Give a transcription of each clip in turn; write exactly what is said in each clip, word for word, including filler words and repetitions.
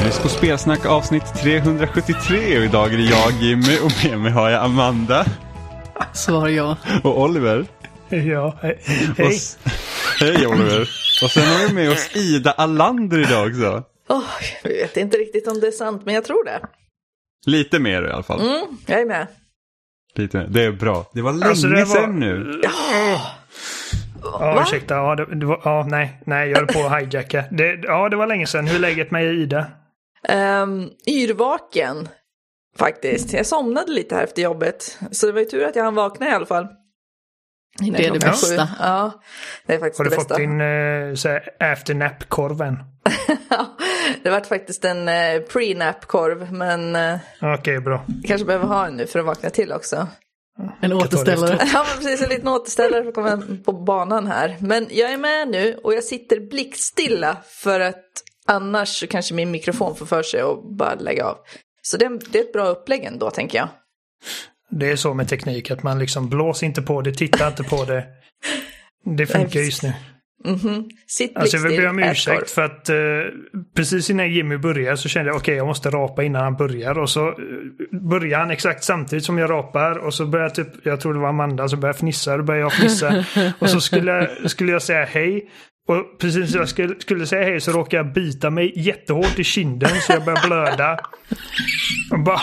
Lyssna på Spelsnack avsnitt trehundrasjuttiotre och idag är det jag, Jimmy, och med mig har jag Amanda. Svarar jag. Och Oliver. Ja, hej. Och, hej Oliver. Och sen har vi med oss Ida Allander idag också. Oh, jag vet inte riktigt om det är sant, men jag tror det. Lite mer i alla fall. Mm, jag är med. Lite mer. Det är bra. Det var länge alltså, det var... sedan nu. Ja. Ja, ursäkta. Ja, det, det var, ja, nej, nej, jag höll på att hijacka. Det, ja, det var länge sedan. Hur är läget med Ida? Um, yrvaken, faktiskt. Jag somnade lite här efter jobbet. Så det var ju tur att jag hann vakna i alla fall. Det är det bästa. Ja, det är faktiskt Har du det fått bästa. din uh, så här, after-nap-korven? Ja, det var faktiskt en uh, pre-nap-korv, men uh, Okej, okay, bra. jag kanske behöver ha en nu för att vakna till också. En återställare. Ja, men precis, en liten återställare för att komma på banan här. Men jag är med nu och jag sitter blickstilla för att annars kanske min mikrofon får för sig och bara lägga av. Så det, det är ett bra upplägg ändå, tänker jag. Det är så med teknik, att man liksom blåser inte på det, tittar inte på det. Det funkar just nu. Mm-hmm. Sitt Alltså jag vill be om ät ursäkt korv. för att uh, precis innan Jimmy börjar så kände jag okej, okay, jag måste rapa innan han börjar. Och så uh, börjar han exakt samtidigt som jag rapar. Och så börjar typ, jag tror det var Amanda som började fnissa. Då började jag fnissa. Och så skulle jag, skulle jag säga hej. Och precis när jag skulle, skulle säga hej så råkade jag bita mig jättehårt i kinden. Så jag började blöda. Och bara...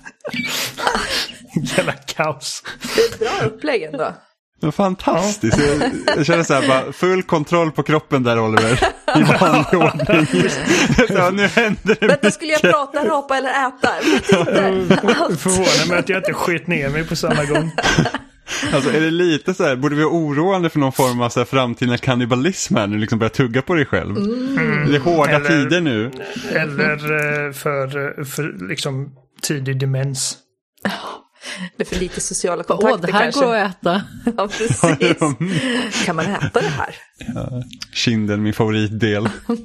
Jävla kaos. Det är ett bra upplägg ändå. Det fantastiskt. Jag, jag känner så här, bara full kontroll på kroppen där, Oliver. I vanlig ordning. Så, nu händer det. Vänta, skulle jag prata, rapa eller äta? Jag vet inte. Förvånar mig att jag inte skit ner mig på samma gång. Alltså är det lite så här, borde vi vara oroande för någon form av så här framtida kannibalism här nu, liksom börja tugga på dig själv? Mm. Det är hårda eller, tider nu. Eller för, för liksom tidig demens. Det är för lite sociala kontakter. Åh, det här kanske. går att äta. Ja, precis. Kan man äta det här? Ja, kinden, min favoritdel.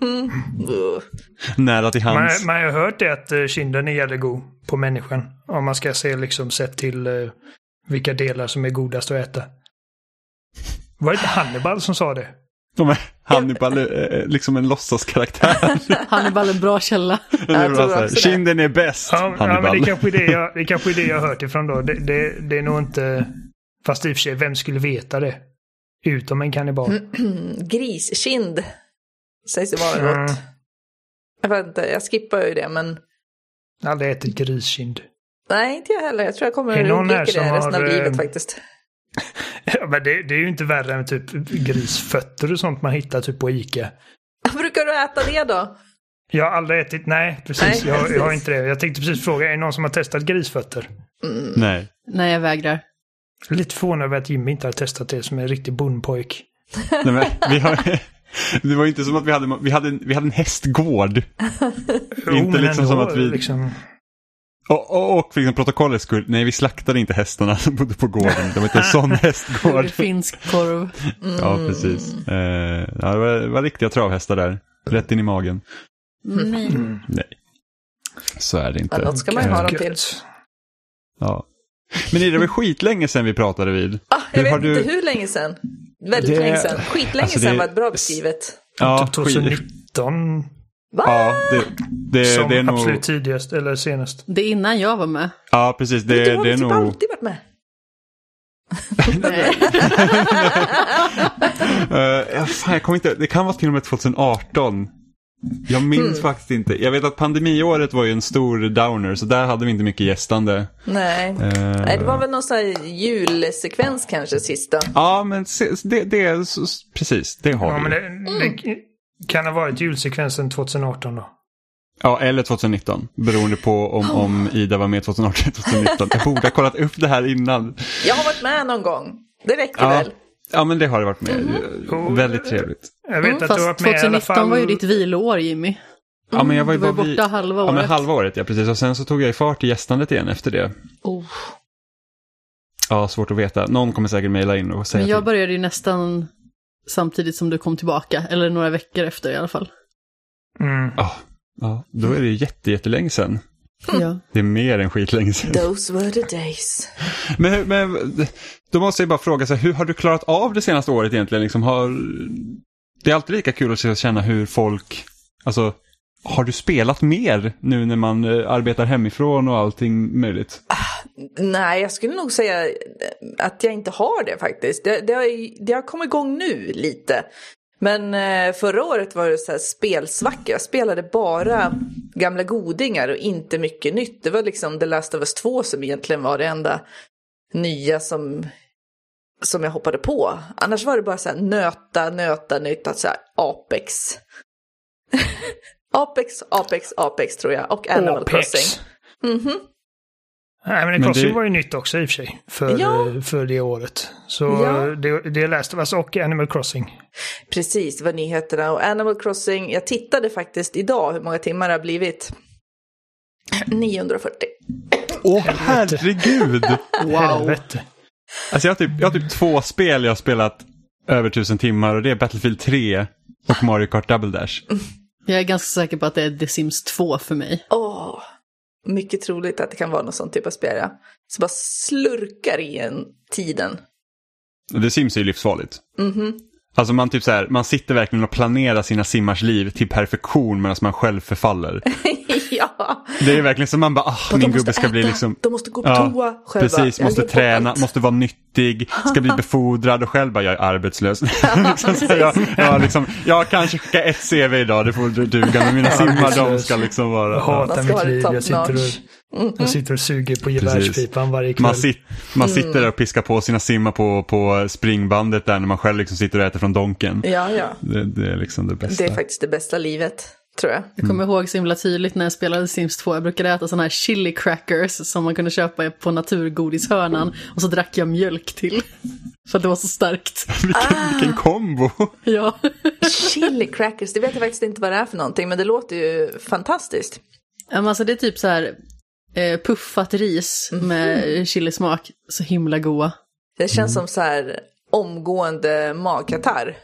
Nära till hands. Man, man har hört det att kinden är jävligt god på människan. Om man ska se liksom sett till uh, vilka delar som är godast att äta. Var det inte Hannibal som sa det? De är Hannibal är liksom en låtsaskaraktär. Hannibal är en bra källa. Är bra så här. Kinden är bäst, ja, Hannibal. Ja, men det är kanske det jag, det är kanske det jag har hört ifrån då. Det, det, det är nog inte... Fast i och för sig, vem skulle veta det? Utom en kannibal. Griskind. Sägs det vara mm. gott. Jag vet inte, jag skippar ju det, men... Jag har aldrig ätit griskind. Nej, inte jag heller. Jag tror jag kommer att undvika det resten har, av livet faktiskt. Ja, men det, det är ju inte värre än typ grisfötter och sånt man hittar typ på Ica. Brukar du äta det då? Jag har aldrig ätit, nej precis, nej, jag, precis. jag har inte det. Jag tänkte precis fråga, är det någon som har testat grisfötter? Mm. Nej. Nej, jag vägrar. Lite förvånad över att Jimmy inte har testat det som en riktig bondpojk. Nej, men vi har... Det var inte som att vi hade, vi hade, en, vi hade en hästgård. Jo, inte liksom ändå, som att vi... Liksom... Och, och, och för liksom protokollets skull, nej, vi slaktade inte hästarna som bodde på gården. Det var inte en sån hästgård. Finsk korv. Mm. Ja, precis. Eh, ja, det, var, det var riktiga travhästar där. Rätt in i magen. Nej. Mm. Nej. Så är det inte. Ja, något ska man ju ha dem till. Ja. Men det var skitlänge sedan vi pratade vid. Ah, jag hur vet du... inte hur länge sedan. Väldigt det... länge sedan. Skitlänge alltså det... sedan var ett bra beskrivet. Ja, typ tjugonitton. Va? Ja, det, det, som det är nog... absolut tidigast eller senast. Det är innan jag var med. Ja, precis. Det, du har det är typ nog... alltid varit med. uh, fan, jag kommer inte... Det kan vara till och med tjugoarton. Jag minns mm. faktiskt inte. Jag vet att pandemiåret var ju en stor downer, så där hade vi inte mycket gästande. Nej, uh, Nej det var väl någon sån här julsekvens kanske sista. Ja, men det, det är precis, det har ja, vi. Men det, det kan ha varit julsekvensen tjugoarton då. Ja, eller tjugonitton, beroende på om, oh. om Ida var med tjugoarton tjugonitton. Jag borde ha kollat upp det här innan. Jag har varit med någon gång. Det räcker ja. väl? Ja, men det har det varit med. Mm. Väldigt trevligt. Jag vet mm, att du har varit med tjugonitton i alla fall... var ju ditt viloår, Jimmy. Mm, ja, men jag var ju du var bara borta vi... halva året. Ja, men halva året, ja, precis. Och sen så tog jag i fart i gästandet igen efter det. Oh. Ja, svårt att veta. Någon kommer säkert mejla in och säga men jag till. började ju nästan samtidigt som du kom tillbaka. Eller några veckor efter i alla fall. Mm. Ja, ja, då är det jätte, jättelänge sedan. Ja. Det är mer än skitlänge sedan. Those were the days. Men, men då måste jag bara fråga sig, hur har du klarat av det senaste året egentligen? Liksom har, det är alltid lika kul att känna hur folk, alltså har du spelat mer nu när man uh, arbetar hemifrån och allting möjligt? Nej, jag skulle nog säga att jag inte har det faktiskt. Det, det, har, det har kommit igång nu lite. Men eh, förra året var det så här spelsvacka. Jag spelade bara gamla godingar och inte mycket nytt. Det var liksom The Last of Us två som egentligen var det enda nya som, som jag hoppade på. Annars var det bara så här nöta, nöta, nöta, så här Apex. Apex, Apex, Apex tror jag. Och Animal Apex. Crossing. Mhm. Nej, men Crossing det... var ju nytt också i och för sig för, ja. för det året. Så ja. det, det läste alltså och Animal Crossing. Precis, det var nyheterna. Och Animal Crossing, jag tittade faktiskt idag hur många timmar det har blivit. niohundrafyrtio. Åh, oh, herregud! Wow. Helvete. Alltså jag har, typ, jag har typ två spel jag har spelat över tusen timmar och det är Battlefield tre och Mario Kart Double Dash. Jag är ganska säker på att det är The Sims två för mig. Åh, oh, mycket troligt att det kan vara någon sån typ av spel, ja. Så bara slurkar i en tiden. The Sims är ju livsfarligt. Mhm. Alltså man typ så här, man sitter verkligen och planerar sina simmars liv till perfektion medan man själv förfaller. Ja. Det är verkligen som man bara, ah, min gubbe ska äta, bli liksom... De måste gå på ja, toa själva. Precis, måste träna, måste vara nyttig, ska bli befordrad och själv bara, jag är arbetslös. liksom, så jag, jag, liksom, jag kanske skickar ett C V idag, det får duga, men mina simmar, de ska liksom vara... Jag hatar mitt liv, jag sitter och... Mm-hmm. Jag sitter och suger på gevärspipan varje kväll. Man, sit, man sitter där och piskar på sina simmar på, på springbandet där när man själv liksom sitter och äter från donken. Ja, ja. Det, det är liksom det bästa. Det är faktiskt det bästa livet, tror jag. Jag kommer ihåg så himla tydligt när jag spelade Sims två. Jag brukade äta såna här chili crackers som man kunde köpa på naturgodishörnan. Och så drack jag mjölk till. För att det var så starkt. vilken, ah. vilken kombo! Ja. Chili crackers, det vet jag faktiskt inte vad det är för någonting. Men det låter ju fantastiskt. Alltså det är typ så här... puffat ris med chilismak, så himla goda. Det känns som så här omgående magkatarr.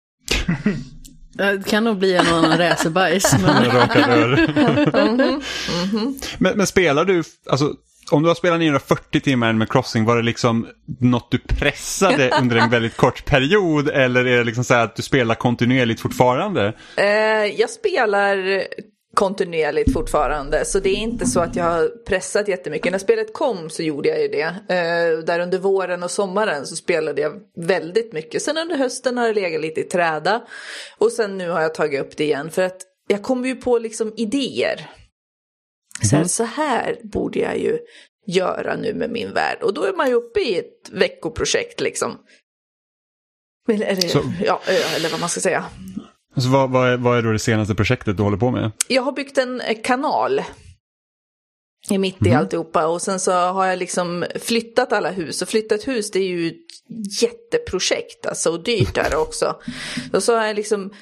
Det kan nog bli en annan räsebajs. Men... mm-hmm. Mm-hmm. men, men spelar du, alltså om du har spelat niohundrafyrtio timmar med Crossing, var det liksom något du pressade under en väldigt kort period, eller är det liksom så här att du spelar kontinuerligt fortfarande? Eh, jag spelar kontinuerligt fortfarande, så det är inte så att jag har pressat jättemycket. När spelet kom så gjorde jag ju det. Eh, där under våren och sommaren så spelade jag väldigt mycket. Sen under hösten har det legat lite i träda. Och sen nu har jag tagit upp det igen. För att jag kommer ju på liksom idéer. Så här, så här borde jag ju göra nu med min värld. Och då är man ju uppe i ett veckoprojekt liksom. Eller, så... ja, eller vad man ska säga. Så vad, vad, är, vad är då det senaste projektet du håller på med? Jag har byggt en kanal i mitt i mm. alltihopa. Och sen så har jag liksom flyttat alla hus. Och flyttat hus, det är ju ett jätteprojekt. Alltså, och dyrt är det också. Och så har jag liksom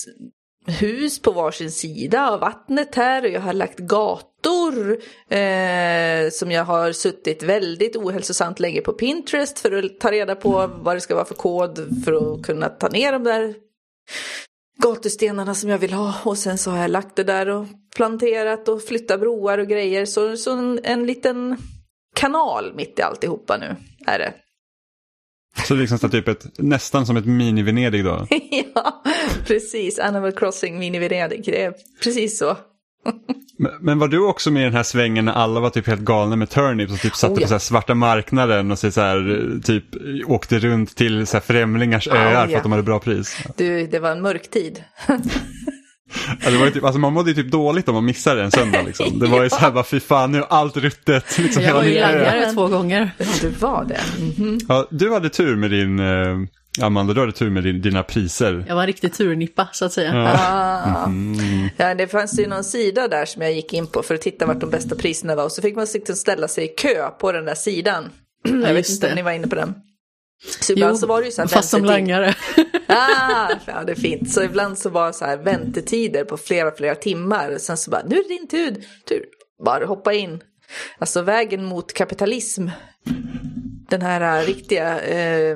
hus på varsin sida av vattnet här. Och jag har lagt gator eh, som jag har suttit väldigt ohälsosamt länge på Pinterest. För att ta reda på vad det ska vara för kod för att kunna ta ner de där gatustenarna som jag vill ha. Och sen så har jag lagt det där och planterat och flyttat broar och grejer. Så, så en, en liten kanal mitt i alltihopa nu är det. Så det är liksom typ ett, nästan som ett mini-Venedig då? Ja, precis. Animal Crossing mini-Venedig. Det är precis så. men, men var du också med i den här svängen när alla var typ helt galna med turnips och typ satte oh, ja. på så här svarta marknaden och så, så här, typ åkte runt till så här främlingars oh, öar för ja. att de hade bra pris? Du, det var en mörk tid. Ja, det var ju typ, alltså man mådde ju typ dåligt om man missade en söndag liksom. Det var ju ja. så här bara, fy fan, nu är allt ruttet liksom. Jag var ju laggare två gånger. Ja, du var det. Mm-hmm. Ja, du hade tur med din eh, Amanda, du hade tur med din, dina priser. Jag var en riktig turnippa så att säga. Ja. Ah. Mm. Ja, det fanns ju någon sida där som jag gick in på för att titta vart de bästa priserna var. Och så fick man ställa sig i kö på den där sidan. Ja, jag vet inte om ni var inne på den. Så ibland jo, så var det ju så här fast som langare. Ah, ja, det är fint. Så ibland så var det så här väntetider på flera, flera timmar. Sen så bara, nu är det din tur. tur. Bara hoppa in. Alltså vägen mot kapitalism. Den här riktiga eh,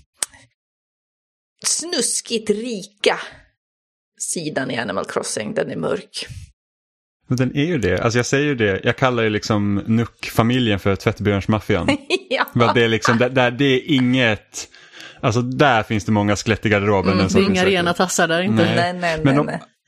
snuskigt rika sidan i Animal Crossing. Den är mörk. Men den är ju det. Alltså jag säger ju det. Jag kallar ju liksom Nuck-familjen för tvättbjörnsmaffian. Ja. Men det är liksom, där, där, det är inget... Alltså där finns det många skelett i garderoben. Mm, det är inga rena tassar där inte. Nej, nej, nej. Men, nej, om, nej.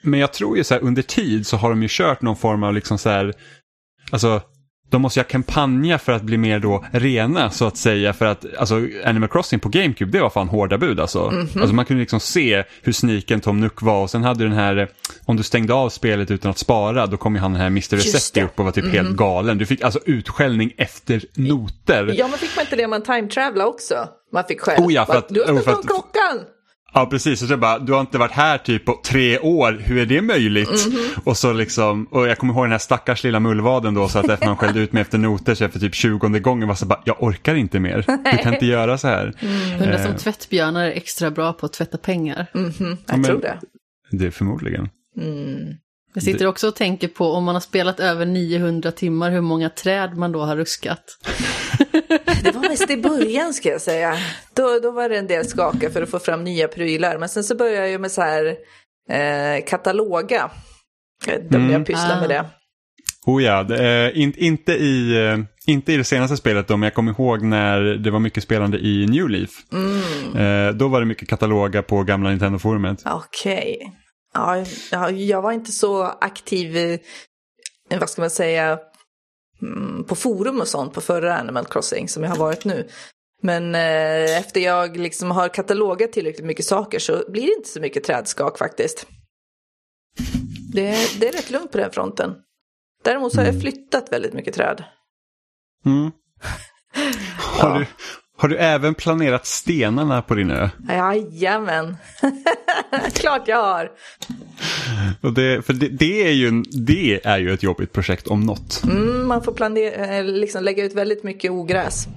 men jag tror ju så här, under tid så har de ju kört någon form av liksom så här, alltså de måste ju kampanja för att bli mer då rena så att säga, för att alltså Animal Crossing på GameCube, det var fan hårda bud alltså. Mm-hmm. Alltså man kunde liksom se hur sniken Tom Nook var, och sen hade du den här, om du stängde av spelet utan att spara, då kom ju han den här mister Resetti upp och var typ mm-hmm. helt galen. Du fick alltså utskällning efter noter. Ja, men fick man inte det om man time-travla också? Man fick själv. Oh ja, för att, du har stått om klockan! Ja, precis. Och så bara, du har inte varit här typ på tre år. Hur är det möjligt? Mm-hmm. Och så liksom, och jag kommer ihåg den här stackars lilla mullvaden då, så att efter man skällde ut mig efter noter så efter typ tjugonde gången var så bara, jag orkar inte mer. Du kan inte göra så här. Mm. Undrar som tvättbjörnar är extra bra på att tvätta pengar. Mm-hmm. Jag ja, tror det. Det är förmodligen. Mm. Jag sitter det... också och tänker på, om man har spelat över niohundra timmar, hur många träd man då har ruskat. Det var mest i början, ska jag säga. Då, då var det en del skaka för att få fram nya prylar. Men sen så började jag ju med så här eh, kataloga. Då mm. jag pysslar ah. med det. Oh ja, det är in, inte, i, uh, inte i det senaste spelet då, men jag kommer ihåg när det var mycket spelande i New Leaf. Mm. Uh, då var det mycket kataloga på gamla Nintendo-forumet. Okej. Okay. Ja, jag var inte så aktiv, vad ska man säga, på forum och sånt på förra Animal Crossing som jag har varit nu. Men eh, efter jag liksom har katalogat tillräckligt mycket saker så blir det inte så mycket trädskak faktiskt. Det, det är rätt lugnt på den fronten. Däremot så har jag flyttat väldigt mycket träd. Mm. Har, ja. du, har du även planerat stenarna på din ö? Jajamän. Klart jag har. Och det, för det, det, är ju en, det är ju ett jobbigt projekt om något. Mm, man får planera, liksom lägga ut väldigt mycket ogräs.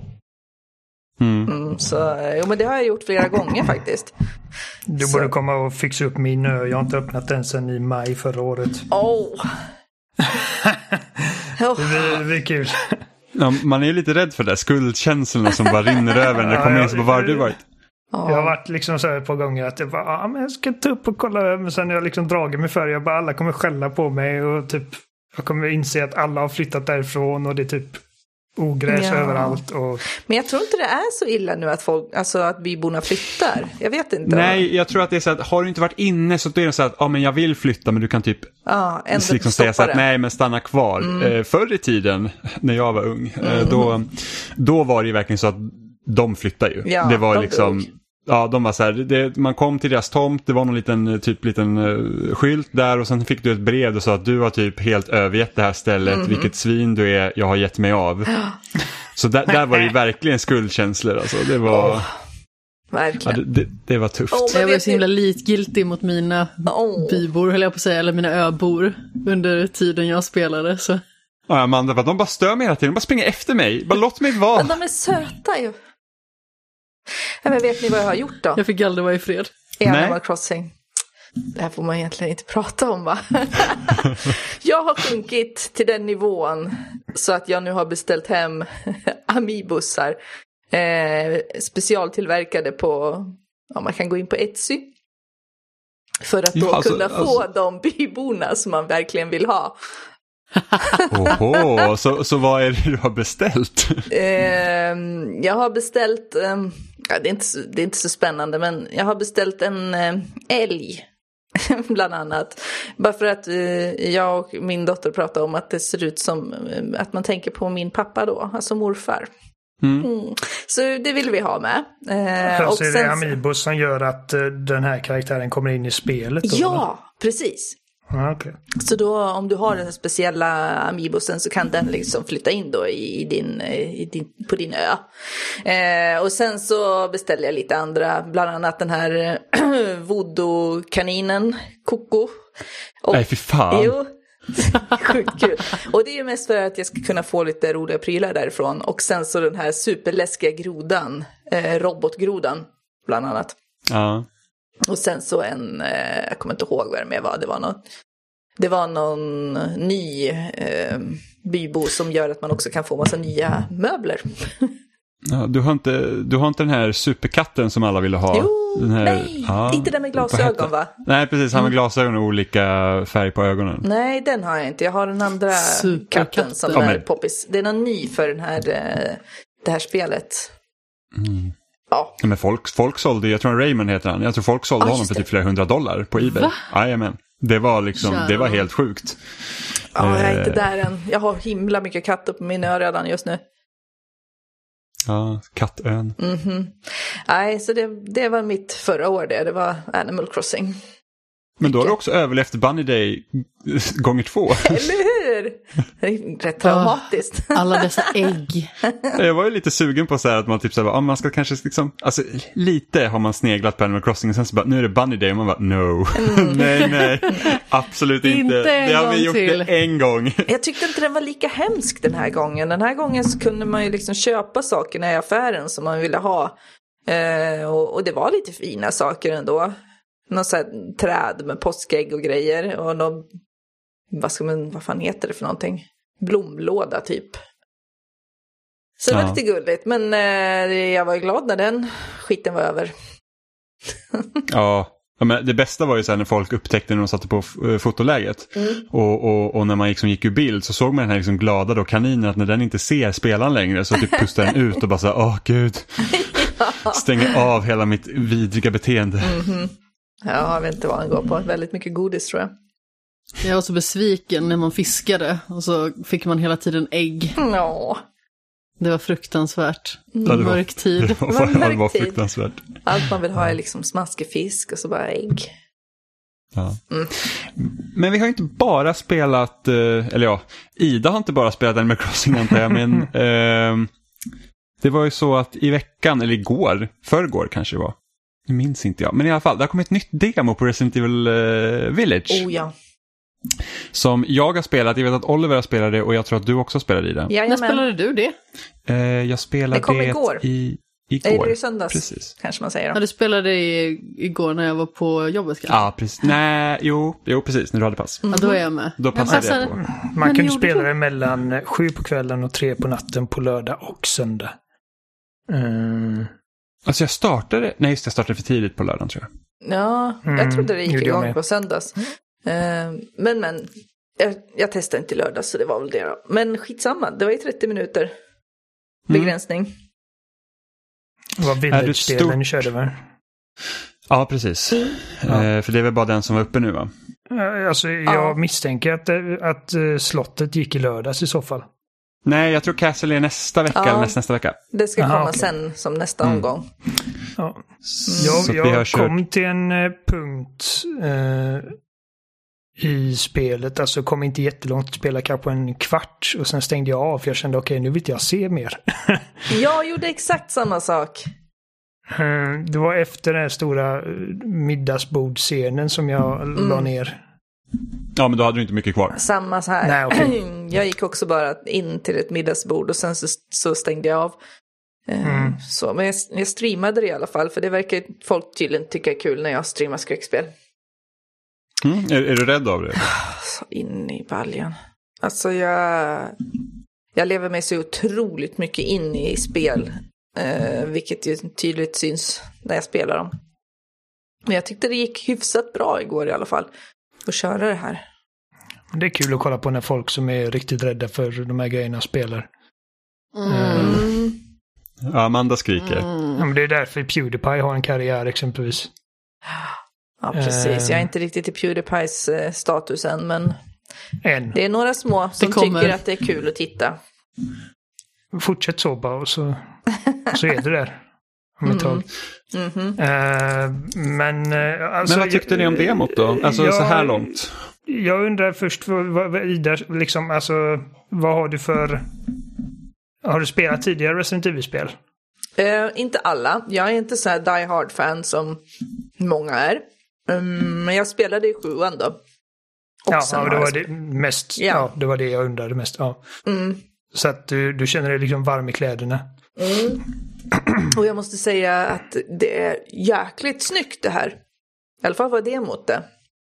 Mm. Mm, så, jo, men det har jag gjort flera gånger faktiskt. Du så. borde komma och fixa upp min ö. Jag har inte öppnat den sedan i maj förra året. Oh. det, blir, det blir kul. Ja, man är ju lite rädd för det. Skuldkänslorna som bara rinner över när det kommer in. Så på var du varit? Jag har varit liksom så här ett par gånger att jag bara, ah, men jag ska ta upp och kolla över. Men sen har jag liksom dragit mig för. Jag bara, alla kommer skälla på mig och typ, jag kommer inse att alla har flyttat därifrån och det är typ ogräs ja. överallt. Och... Men jag tror inte det är så illa nu att folk, alltså att byborna flyttar. Jag vet inte. Nej, jag tror att det är så att har du inte varit inne så är det så att ja, men jag vill flytta, men du kan typ ja, liksom säga så att nej, men stanna kvar. Mm. Eh, förr i tiden när jag var ung, mm. eh, då, då var det ju verkligen så att de flyttar ju. Ja, det var de liksom dog. Ja, de var så här, det, man kom till deras tomt, det var någon liten, typ liten uh, skylt där och sen fick du ett brev och sa att du har typ helt övergett det här stället, mm-hmm. vilket svin du är, jag har gett mig av. Så där, där var det ju verkligen skuldkänslor alltså, det var... Oh, verkligen. Ja, det, det, det var tufft. Oh, jag var så himla likgiltig mot mina oh. bybor, höll jag på att säga, eller mina öbor under tiden jag spelade, så... Ja, Amanda, de bara stör mig hela tiden, de bara springer efter mig, bara låt mig vara. Men de är söta ju. Ja, men vet ni vad jag har gjort då? Jag fick aldrig vara i fred. I Animal Crossing. Det här får man egentligen inte prata om, va? Jag har sjunkit till den nivån så att jag nu har beställt hem Amiibusar. Eh, specialtillverkade på, ja, man kan gå in på Etsy. För att då ja, alltså, kunna alltså... få de byborna som man verkligen vill ha. Oho, så, så vad är det du har beställt? Eh, jag har beställt, eh, ja, det, är inte, det är inte så spännande, men jag har beställt en eh, älg bland annat. Bara för att eh, jag och min dotter pratar om att det ser ut som eh, att man tänker på min pappa då, alltså morfar. Mm. Mm. Så det vill vi ha med. Eh, och så är det sen... Amiibus som gör att uh, den här karaktären kommer in i spelet då, ja, eller? Precis. Ah, okay. Så då, om du har den speciella Amiibusen så kan den liksom flytta in då i, i din, i din, på din ö. Eh, och sen så beställde jag lite andra, bland annat den här voodoo-kaninen, Coco. Och, nej, för fan. Jo, sjukt kul. Och det är ju mest för att jag ska kunna få lite roliga prylar därifrån. Och sen så den här superläskiga grodan, eh, robotgrodan, bland annat. Ja. Och sen så en, eh, jag kommer inte ihåg vad det med var, det var någon, det var någon ny eh, bybo som gör att man också kan få massa nya möbler. Ja, du, har inte, du har inte den här superkatten som alla ville ha? Jo, den här, nej, ja, inte den med glasögon, va? Nej, precis, han med glasögon och olika färg på ögonen. Nej, den har jag inte, jag har den andra katten som ja, är men... poppis. Det är någon ny för den här, det här spelet. Mm. Ja. Men folk, folk sålde, jag tror Raymond heter han, jag tror folk sålde ah, honom för typ flera hundra dollar på eBay. Jajamän. Det var liksom, det var helt sjukt. Ja, jag är inte där än. Jag har himla mycket katter på min ö redan just nu. Ja, kattön. Mm-hmm. Nej, så det, det var mitt förra år det. Det var Animal Crossing. Men då har du också överlevt Bunny Day gånger två. Eller hur? Det är rätt traumatiskt. Ja, alla dessa ägg. Jag var ju lite sugen på så här att man typ så här, ah, man ska kanske liksom, alltså lite har man sneglat på Animal Crossing och sen så bara, nu är det Bunny Day och man bara, no. Mm. nej, nej, absolut inte. Inte det har vi gjort till. det en gång. Jag tyckte inte den var lika hemsk den här gången. Den här gången så kunde man ju liksom köpa sakerna i affären som man ville ha. Eh, och, och det var lite fina saker ändå. Någon sån här träd med påskägg och grejer. Och någon, vad ska man, vad fan heter det för någonting? Blomlåda typ. Så det var ja. lite gulligt. Men eh, jag var glad när den skiten var över. ja, men det bästa var ju så här när folk upptäckte när de satte på fotoläget. Mm. Och, och, och när man liksom gick ur bild så såg man den här liksom glada då kaninen att när den inte ser spelaren längre så typ pustar den ut och bara så här, åh gud. ja. Stänger av hela mitt vidriga beteende. Mm-hmm. Ja, jag vet inte vad han går på. Väldigt mycket godis tror jag. Jag var så besviken när man fiskade och så fick man hela tiden ägg. Ja. Det var fruktansvärt. Mm. Ja, det var, mörk tid. Det var, det var, det var fruktansvärt. Allt man vill ha är liksom smaskig fisk och så bara ägg. Ja. Mm. Men vi har inte bara spelat, eller ja, Ida har inte bara spelat Animal Crossing antar jag, men eh, det var ju så att i veckan, eller igår, förrgår kanske det var. Det minns inte jag. Men i alla fall, det har kommit ett nytt demo på Resident Evil uh, Village. Oh ja. Som jag har spelat. Jag vet att Oliver har spelat det och jag tror att du också spelade i det. Jajamän. När spelade du det? Uh, jag spelade det, kom det igår. i igår. Eller i söndags, precis. Kanske man säger. Då. Ja, du spelade i, igår när jag var på jobbet kanske? Ja, precis. Nej, jo, jo, precis. När du hade pass. Mm. Ja, då är jag med. Då passade ja, det på. Man kunde spela det mellan sju på kvällen och tre på natten på lördag och söndag. Mm. Alltså jag startade, nej just det, jag startade för tidigt på lördagen tror jag. Ja, jag mm, trodde det gick igång med. på söndags. Mm. Uh, men men, jag, jag testade inte lördag så det var väl det då. Men skitsamma, det var ju trettio minuter begränsning. Mm. Det var Village-delen ni körde va? Ja, precis. Mm. Uh, för det är väl bara den som var uppe nu va? Uh, alltså jag ja. misstänker att, att uh, slottet gick i lördags i så fall. Nej, jag tror Castle är nästa vecka ja, eller nästa, nästa vecka. Det ska Aha, komma okay. sen som nästa mm. omgång. Ja. Mm. Jag, jag kom till en eh, punkt eh, i spelet, alltså kom inte jättelångt, spela kanske en kvart och sen stängde jag av för jag kände okej, okay, nu vill jag se mer. Jag gjorde exakt samma sak. Eh, det var efter den stora middagsbordscenen som jag mm. la ner. Ja, men då hade du inte mycket kvar. Samma så här. Nej, okay. Jag gick också bara in till ett middagsbord och sen så, så stängde jag av. Mm. Så, men jag, jag streamade det i alla fall, för det verkar folk tydligen tycka är kul när jag streamar skräckspel. Mm. Är, är du rädd av det? Så in i baljan. Alltså jag, jag lever mig så otroligt mycket in i spel, eh, vilket ju tydligt syns när jag spelar dem. Men jag tyckte det gick hyfsat bra igår i alla fall. Och köra det här. Det är kul att kolla på när folk som är riktigt rädda för de här grejerna spelar. Mm. Mm. Ja, Amanda skriker. Mm. Ja, men det är därför PewDiePie har en karriär exempelvis. Ja, precis. Jag är inte riktigt i PewDiePies eh, status än, men än. Det är några små som tycker att det är kul att titta. Fortsätt så bara och så, så är det där. Om ett tag. Mm. Mm-hmm. Uh, men, uh, alltså, men vad tyckte jag, ni om demot då? Alltså jag, så här långt. Jag undrar först vad, vad, Ida, liksom, alltså, vad har du för... Har du spelat tidigare Resident Evil-spel? Uh, inte alla. Jag är inte så här die hard fan som många är. Um, men jag spelade i sjuan då. Och ja, ja det var det mest. Ja. ja, det var det jag undrade mest. Ja. Mm. Så att du, du känner dig liksom varm i kläderna. Mm. Och jag måste säga att det är jäkligt snyggt det här. I alla fall var det emot det.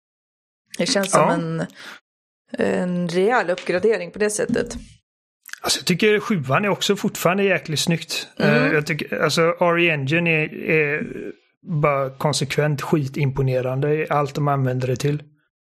Det känns som ja. en, en rejäl uppgradering på det sättet. Alltså jag tycker sjuan är också fortfarande jäkligt snyggt. Mm. Uh, jag tycker, alltså R E Engine är, är bara konsekvent skitimponerande i allt de använder det till.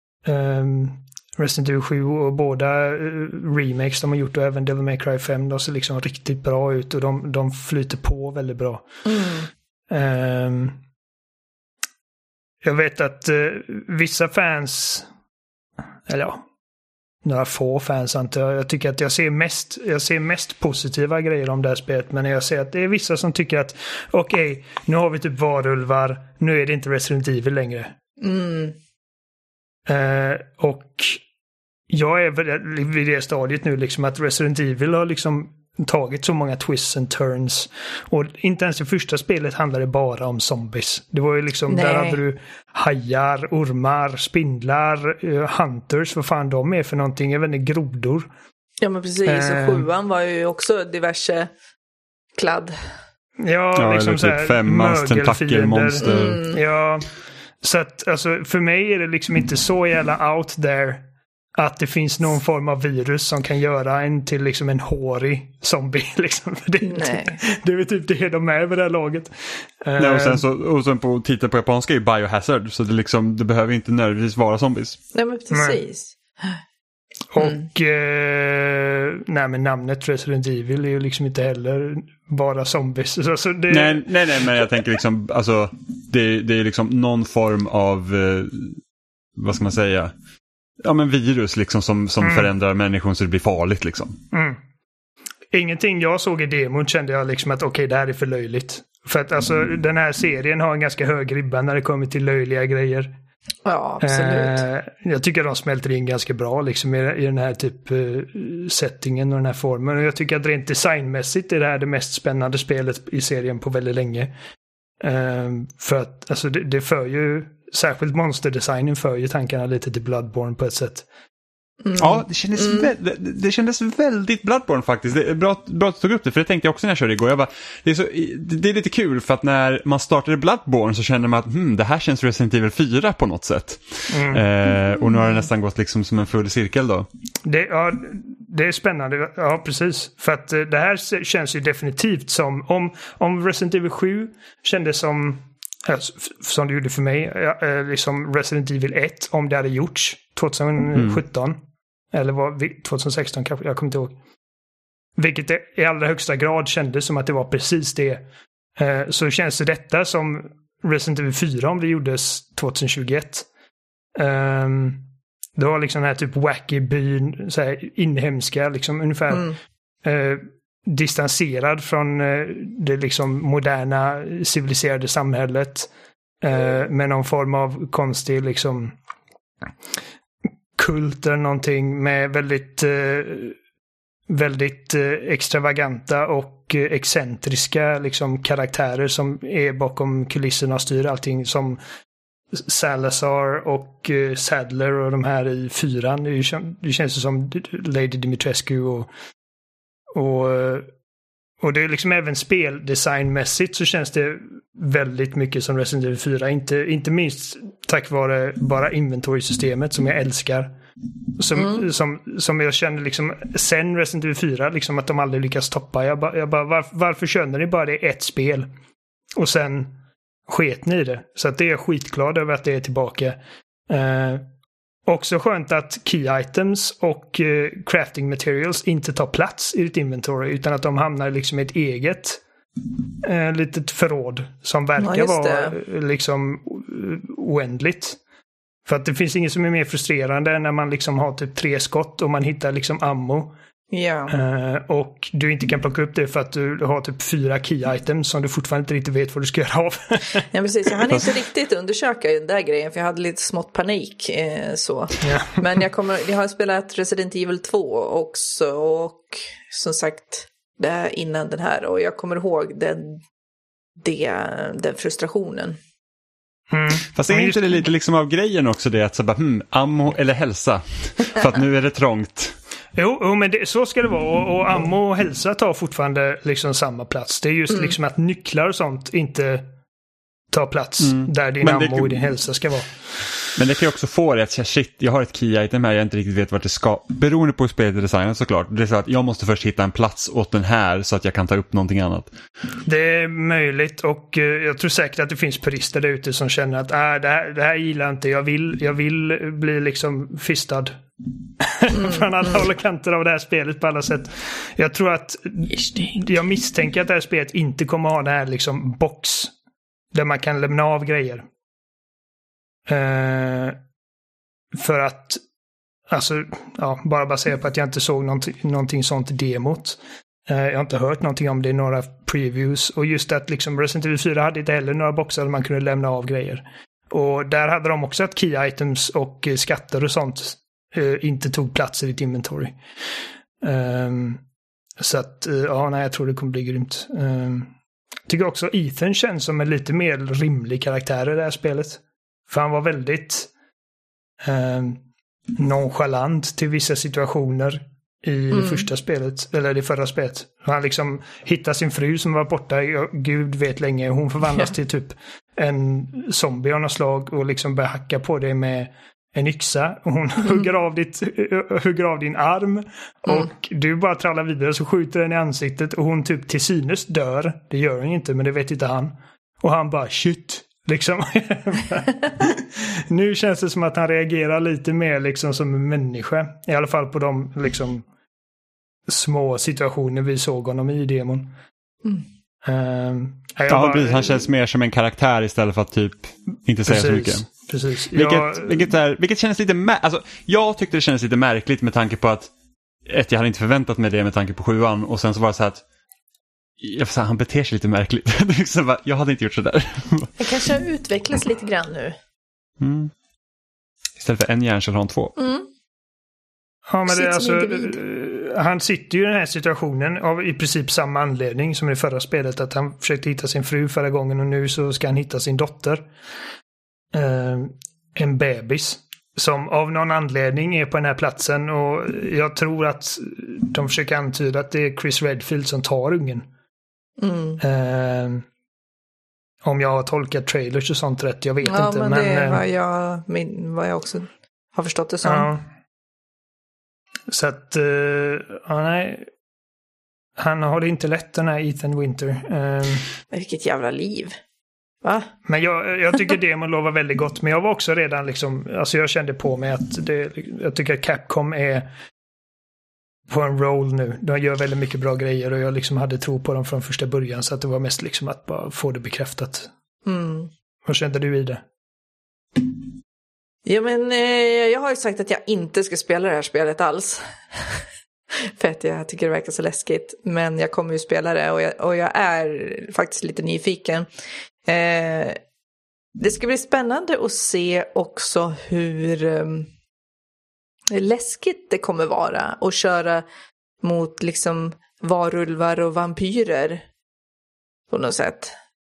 Um, Resident Evil sju och båda uh, remakes de har gjort och även Devil May Cry fem, de ser liksom riktigt bra ut och de, de flyter på väldigt bra. Mm. Um, jag vet att uh, vissa fans, eller ja, några få fans antar jag. Jag tycker att jag ser mest, jag ser mest positiva grejer om det här spelet. Men jag ser att det är vissa som tycker att okej, okay, nu har vi typ varulvar. Nu är det inte Resident Evil längre. Mm. Uh, och jag är vid det stadiet nu liksom att Resident Evil har liksom tagit så många twists and turns. Och inte ens det första spelet handlade bara om zombies. Det var ju liksom, Nej. där hade du hajar, ormar, spindlar, uh, hunters, vad fan de är för någonting, jag vet inte, grodor. Ja men precis, uh, och sjuan var ju också diverse kladd. Ja, ja liksom eller typ femmans tentakelmonster. Mm. Ja, så att alltså, för mig är det liksom inte så jävla out there att det finns någon form av virus som kan göra en till liksom en hårig zombie. Liksom. Det, är typ, det är väl typ det de är med det här laget. Nej, och sen, så, och sen på titeln på japanska är ju Biohazard. Så det, liksom, det behöver inte nödvändigtvis vara zombies. Nej, men precis. Mm. Och eh, nej, men namnet Resident Evil är ju liksom inte heller bara zombies. Alltså det... nej, nej, nej, men jag tänker liksom, alltså, det, det är liksom någon form av, eh, vad ska man säga... Ja, men virus liksom som, som mm. förändrar människor så det blir farligt liksom. Mm. Ingenting jag såg i demon kände jag liksom att okej, okay, det här är för löjligt. För att alltså mm. den här serien har en ganska hög ribba när det kommer till löjliga grejer. Ja, absolut. Eh, jag tycker de smälter in ganska bra liksom i, i den här typ uh, settingen och den här formen. Och jag tycker att rent designmässigt är det här det mest spännande spelet i serien på väldigt länge. Eh, för att alltså det, det för ju särskilt monsterdesignen för ju tankarna lite till Bloodborne på ett sätt. Mm. Ja, det kändes, mm. vä- det, det kändes väldigt Bloodborne faktiskt. Det är bra, bra att du tog upp det, för det tänkte jag också när jag körde igår. Jag bara, det, är så, det, det är lite kul för att när man startade Bloodborne så kände man att hmm, det här känns Resident Evil fyra på något sätt. Mm. Eh, och nu har det nästan gått liksom som en full cirkel då. Det, ja, det är spännande. Ja, precis. För att det här känns ju definitivt som om, om Resident Evil sju kändes som som det gjorde för mig, liksom Resident Evil ett om det hade gjorts tjugohundrasjutton mm. eller var tjugohundrasexton kanske, jag kommer inte ihåg. Vilket det i allra högsta grad kändes som att det var precis det. Så känns det detta som Resident Evil fyra om det gjordes tjugohundratjugoett. Det var liksom den här typ wacky byn, så här inhemska liksom ungefär mm. distanserad från det liksom moderna civiliserade samhället eh, med någon form av konstig liksom kult eller någonting med väldigt eh, väldigt eh, extravaganta och eh, excentriska liksom karaktärer som är bakom kulisserna och styr allting, som Salazar och eh, Sadler och de här i fyran. Det, är, det känns som Lady Dimitrescu och Och, och det är liksom även speldesignmässigt så känns det väldigt mycket som Resident Evil fyra. Inte, inte minst tack vare bara inventory-systemet som jag älskar. Som, mm. som, som jag känner liksom sen Resident Evil fyra liksom att de aldrig lyckas toppa. Jag bara, jag bara var, varför känner ni bara det är ett spel? Och sen sket ni i det. Så att det är jag skitglad över att det är tillbaka. Uh, Också skönt att key items och uh, crafting materials inte tar plats i ditt inventory utan att de hamnar liksom i ett eget uh, litet förråd som verkar ja, vara uh, liksom uh, oändligt. För att det finns inget som är mer frustrerande när man liksom har typ tre skott och man hittar liksom ammo. Ja. Uh, och du inte kan plocka upp det för att du har typ fyra key items som du fortfarande inte riktigt vet vad du ska göra av. Ja, precis. Jag hann inte riktigt undersöka den där grejen för jag hade lite smått panik. Eh, så. Ja. Men jag, kommer, jag har spelat Resident Evil två också och som sagt det här innan den här och jag kommer ihåg den, det, den frustrationen. Mm. Fast är inte det lite liksom av grejen också det att så bara, hmm, ammo eller hälsa? För att nu är det trångt. Jo, jo men det, så ska det vara. Och, och ammo och hälsa tar fortfarande liksom samma plats. Det är just mm. liksom att nycklar och sånt inte tar plats mm. där din men ammo det, och din hälsa ska vara. Men det kan ju också få det att shit, jag har ett key item här, jag inte riktigt vet vart det ska. Beroende på hur spelet är designat såklart. Det är så att jag måste först hitta en plats åt den här så att jag kan ta upp någonting annat. Det är möjligt och uh, jag tror säkert att det finns purister där ute som känner att äh, det, här, det här gillar jag inte. Jag vill, jag vill bli liksom fistad. Mm. Från alla håll och kanter av det här spelet på alla sätt. Jag tror att jag misstänker att det här spelet inte kommer ha den här liksom box där man kan lämna av grejer. Eh, för att alltså, ja, bara baserat på att jag inte såg någonting, någonting sånt demot. Eh, jag har inte hört någonting om det i några previews. Och just att liksom Resident Evil fyra hade inte heller några boxar där man kunde lämna av grejer. Och där hade de också att key items och skatter och sånt eh, inte tog plats i ditt inventory. Um, så att, uh, ja, nej, jag tror det kommer bli grymt. Um, tycker också Ethan känns som en lite mer rimlig karaktär i det här spelet. För han var väldigt um, nonchalant till vissa situationer i mm. det första spelet, eller det förra spelet. Han liksom hittar sin fru som var borta i gud vet länge. Hon förvandlas till typ en zombie av något slag och liksom börjar hacka på det med en yxa. Och hon mm. hugger, av ditt, hugger av din arm och mm. du bara trallar vidare så skjuter den i ansiktet och hon typ till synes dör. Det gör hon inte, men det vet inte han. Och han bara shit. Liksom. Nu känns det som att han reagerar lite mer liksom som en människa. I alla fall på de liksom små situationer vi såg honom i demon. Mm. Um, ja, bara, precis. Han känns mer som en karaktär istället för att typ inte säga precis, så mycket. Precis. Vilket, jag, vilket, är, vilket känns lite mä- alltså, jag tyckte det kändes lite märkligt med tanke på att ett, jag hade inte förväntat mig det med tanke på sjuan och sen så var det så här att jag får säga, han beter sig lite märkligt. Jag hade inte gjort så där. Det kanske har utvecklats lite grann nu. Mm. Istället för en hjärncell har han två. Mm. Ja, men det är alltså, han sitter ju i den här situationen av i princip samma anledning som i det förra spelet. Att han försökte hitta sin fru förra gången och nu så ska han hitta sin dotter. Uh, en bebis. Som av någon anledning är på den här platsen och jag tror att de försöker antyda att det är Chris Redfield som tar ungen. Mm. Uh, om jag har tolkat trailers och sånt rätt, jag vet ja, inte. Men, men det är uh, vad jag, min, vad jag också har förstått det som. Ja. Så att, uh, ja, nej. Han har det inte lätt, den här Ethan Winter. Uh, Vilket jävla liv. Va? Men jag, jag tycker demon lovar väldigt gott. Men jag var också redan liksom, alltså jag kände på mig att det, jag tycker att Capcom är på en roll nu. De gör väldigt mycket bra grejer och jag liksom hade tro på dem från första början. Så att det var mest liksom att bara få det bekräftat. Mm. Vad kände du i det? Ja, men eh, jag har ju sagt att jag inte ska spela det här spelet alls. För att jag tycker det verkar så läskigt. Men jag kommer ju spela det och jag, och jag är faktiskt lite nyfiken. Eh, det ska bli spännande att se också hur eh, läskigt det kommer vara att köra mot liksom varulvar och vampyrer på något sätt.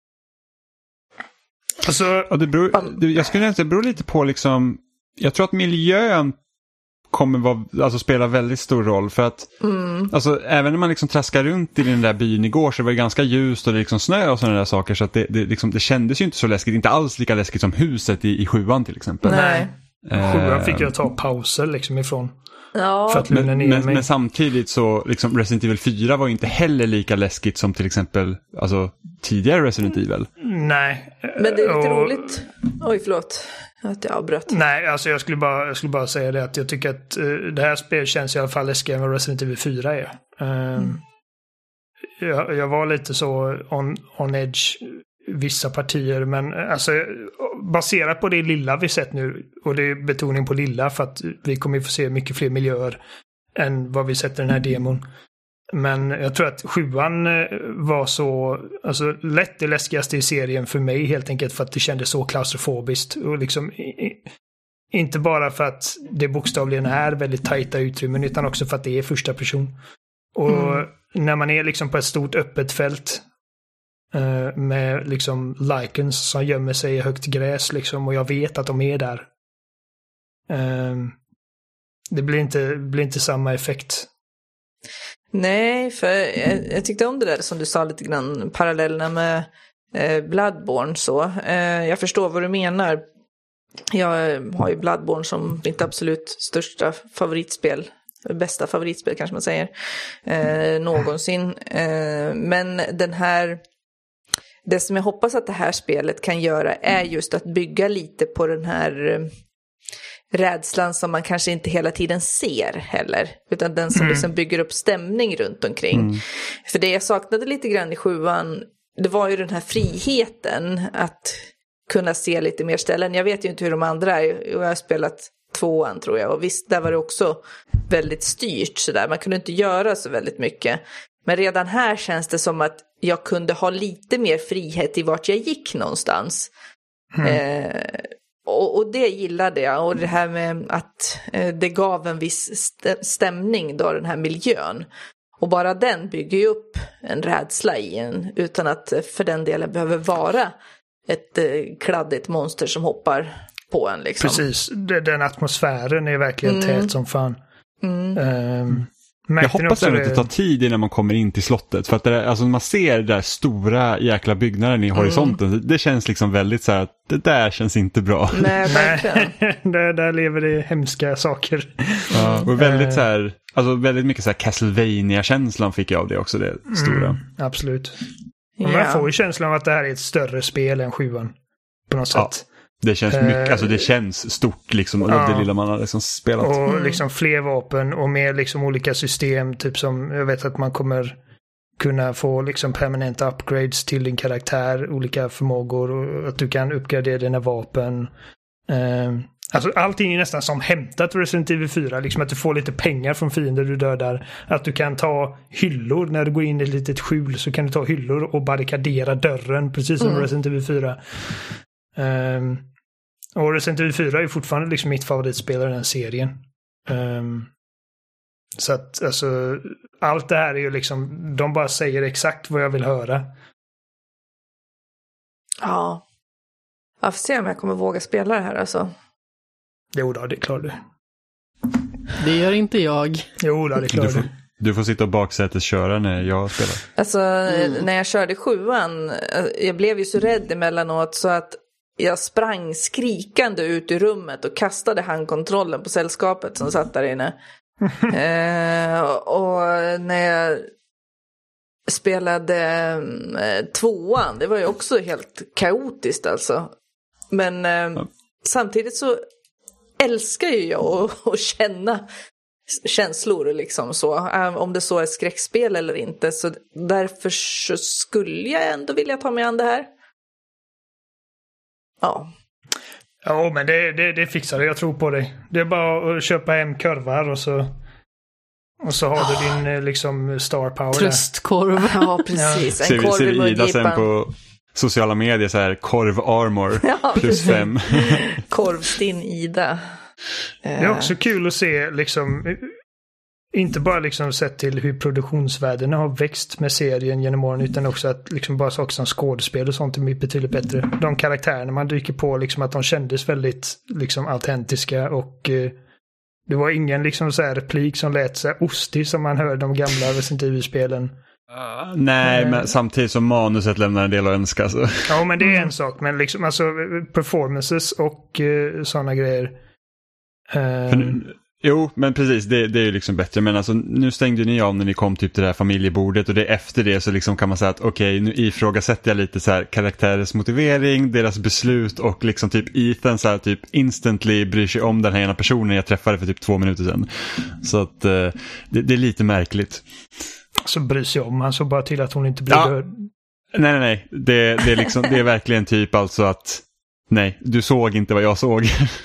Alltså, ja, det beror, det, jag skulle säga att det beror lite på liksom, jag tror att miljön kommer vara, alltså spela väldigt stor roll för att mm. alltså, även när man liksom traskar runt i den där byn igår så var det ganska ljust och det liksom snö och sådana där saker så att det, det, liksom, det kändes ju inte så läskigt, inte alls lika läskigt som huset i, i sjuan till exempel. Nej. Uh, sjuan fick jag ta pauser liksom ifrån. Ja. För att lugna ner men, mig. men samtidigt så liksom Resident Evil fyra var ju inte heller lika läskigt som till exempel alltså, tidigare Resident Evil. Nej. Men det är lite och... roligt. Oj, förlåt. Att jag avbröt. Nej, alltså jag skulle bara, jag skulle bara säga det att jag tycker att uh, det här spelet känns i alla fall läskigare än vad Resident Evil fyra är. Um, mm. jag, jag var lite så on, on edge vissa partier, men alltså baserat på det lilla vi sett nu, och det är betoning på lilla för att vi kommer ju få se mycket fler miljöer än vad vi sett i den här demon. Men jag tror att sjuan var så alltså lätt det läskigaste i serien för mig helt enkelt för att det kändes så klaustrofobiskt och liksom inte bara för att det bokstavligen är väldigt tajta utrymmen utan också för att det är första person. Och mm. när man är liksom på ett stort öppet fält uh, med liksom Lycans som gömmer sig i högt gräs liksom och jag vet att de är där. Uh, det blir inte, blir inte samma effekt. Nej, för jag, jag tyckte om det där som du sa lite grann, parallellerna med eh, Bloodborne så. Eh, jag förstår vad du menar. Jag har ju Bloodborne som mitt absolut största favoritspel, bästa favoritspel kanske man säger, eh, någonsin. Eh, men den här, det som jag hoppas att det här spelet kan göra är just att bygga lite på den här eh, rädslan som man kanske inte hela tiden ser heller. Utan den som mm. liksom bygger upp stämning runt omkring. Mm. För det jag saknade lite grann i sjuan, det var ju den här friheten att kunna se lite mer ställen. Jag vet ju inte hur de andra är. Jag har spelat tvåan tror jag. Och visst, där var det också väldigt styrt sådär. Man kunde inte göra så väldigt mycket. Men redan här känns det som att jag kunde ha lite mer frihet i vart jag gick någonstans. Mm. Eh, och, och det gillade jag. Och det här med att eh, det gav en viss st- stämning då, den här miljön. Och bara den bygger ju upp en rädsla i en. Utan att för den delen behöver vara ett eh, kladdigt monster som hoppar på en. Liksom. Precis, den atmosfären är verkligen mm. tät som fan. Mm. Um, jag hoppas ändå att det tar tid innan man kommer in till slottet. För att det där, alltså man ser den där stora jäkla byggnaden i horisonten. Mm. Det känns liksom väldigt så här att det där känns inte bra. Nej, verkligen. där, där lever det hemska saker. Ja, och väldigt så här, alltså väldigt mycket så här Castlevania-känslan fick jag av det också, det stora. Mm, absolut. Och man får ju känslan av att det här är ett större spel än sjuan. På något ja. sätt. Det känns mycket, alltså det känns stort liksom, och ja. det lilla man har liksom spelat. Och liksom fler vapen och mer liksom olika system, typ som, jag vet att man kommer kunna få liksom permanenta upgrades till din karaktär, olika förmågor och att du kan uppgradera dina vapen. Uh, alltså allting är nästan som hämtat för Resident Evil fyra, liksom att du får lite pengar från fiender du dödar, att du kan ta hyllor när du går in i ett litet skjul, så kan du ta hyllor och barrikadera dörren, precis som mm. Resident Evil fyra. Um, och Resident Evil fyra är fortfarande liksom mitt favoritspel i den här serien. Um, så att alltså allt det här är ju liksom, de bara säger exakt vad jag vill höra. Ja. Jag får se om jag kommer våga spela det här alltså. Jo då, det klarar du. Det gör inte jag. Jo då, det klarar du. Får, du. du får sitta och baksätesköra när jag spelar. Alltså mm. när jag körde sjuan, jag blev ju så rädd emellanåt så att jag sprang skrikande ut ur rummet och kastade handkontrollen på sällskapet som satt där inne. eh, och när jag spelade eh, tvåan, det var ju också helt kaotiskt alltså. Men eh, ja. samtidigt så älskar ju jag att, att känna känslor liksom så. Om det så är skräckspel eller inte. Så därför så skulle jag ändå vilja ta mig an det här. Ja. Ja, men det, det, det fixar det. Jag tror på dig. Det är bara att köpa hem kurvar och så och så har oh. du din liksom star power. Tröstkorv. Ja, precis. En ser, korv ser i Ida sen på sociala medier så här korv armor ja, plus fem. Korvstinn Ida. Det är också kul att se liksom, inte bara liksom sett till hur produktionsvärdena har växt med serien genom åren, utan också att liksom bara saker som skådespel och sånt är betydligt bättre. De karaktärerna man dyker på, liksom att de kändes väldigt liksom autentiska och eh, det var ingen liksom så här replik som lät så här ostig som man hörde de gamla Resident Evil-spelen. Uh, nej, uh, men samtidigt som manuset lämnar en del att önska. Så. Ja, men det är en sak. Men liksom alltså performances och uh, sådana grejer. Uh, nu, jo, men precis. Det, det är ju liksom bättre. Men alltså, nu stängde ni av när ni kom typ till det här familjebordet. Och det efter det så liksom kan man säga att okej, okay, nu ifrågasätter jag lite så här karaktärers motivering, deras beslut och liksom typ Ethan så här typ instantly bryr sig om den här ena personen jag träffade för typ två minuter sedan. Så att uh, det, det är lite märkligt. Så bryr sig om, han såg bara till att hon inte blir ja. död. Nej, nej, nej. Det, det, är liksom, det är verkligen typ alltså att nej, du såg inte vad jag såg.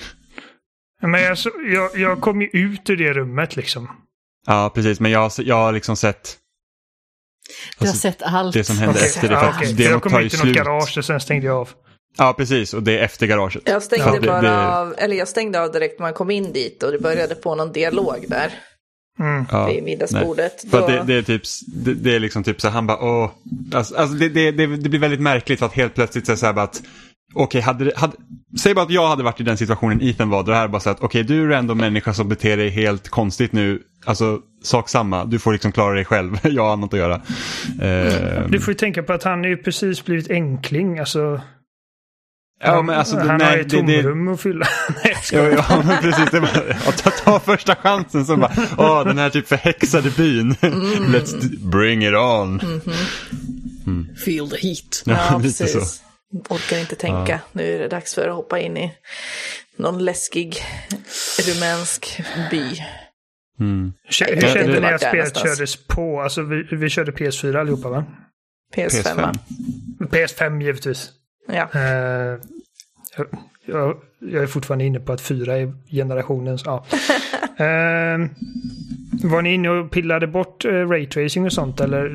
Men jag, jag, jag kom ju ut ur det rummet liksom. Ja, precis. Men jag, jag har liksom sett... Du har alltså, sett allt. Det som hände okay. efter det. För ah, okay. det jag kom ut i något garage och sen stängde jag av. Ja, precis. Och det är efter garaget. Jag stängde ja, bara det, av, eller jag stängde av direkt när man kom in dit och det började på någon dialog där. Mm. Ja, vid middagsbordet. För då... det, det är typ det, det är liksom typ så han bara åh alltså, alltså det, det, det, det blir väldigt märkligt för att helt plötsligt så, så här bara att okej, okay, hade, hade säg bara att jag hade varit i den situationen Ethan var, då här bara så att okej, okay, du är ändå människa som beter dig helt konstigt nu, alltså sak samma, du får liksom klara dig själv. Jag har annat att göra. Mm. Du får ju tänka på att han är ju precis blivit enkling, alltså. Ja, men alltså, han nej, har ju tomrum det, att fylla. Nej, ja, ja, men precis. Det bara, ta, ta första chansen så bara, åh, den här typ förhäxade byn. Mm. Let's bring it on. Mm-hmm. Mm. Feel the heat. Ja, ja precis. Så. Orkar inte tänka. Ja. Nu är det dags för att hoppa in i någon läskig rumänsk by. Mm. Hur kände ni att spelet kördes på? Alltså, vi, vi körde P S fyra allihopa, va? P S fem. P S fem, givetvis. Ja. Uh, Jag, jag är fortfarande inne på att fyra är generationens. Ja. uh, var ni inne och pillade bort uh, raytracing och sånt eller?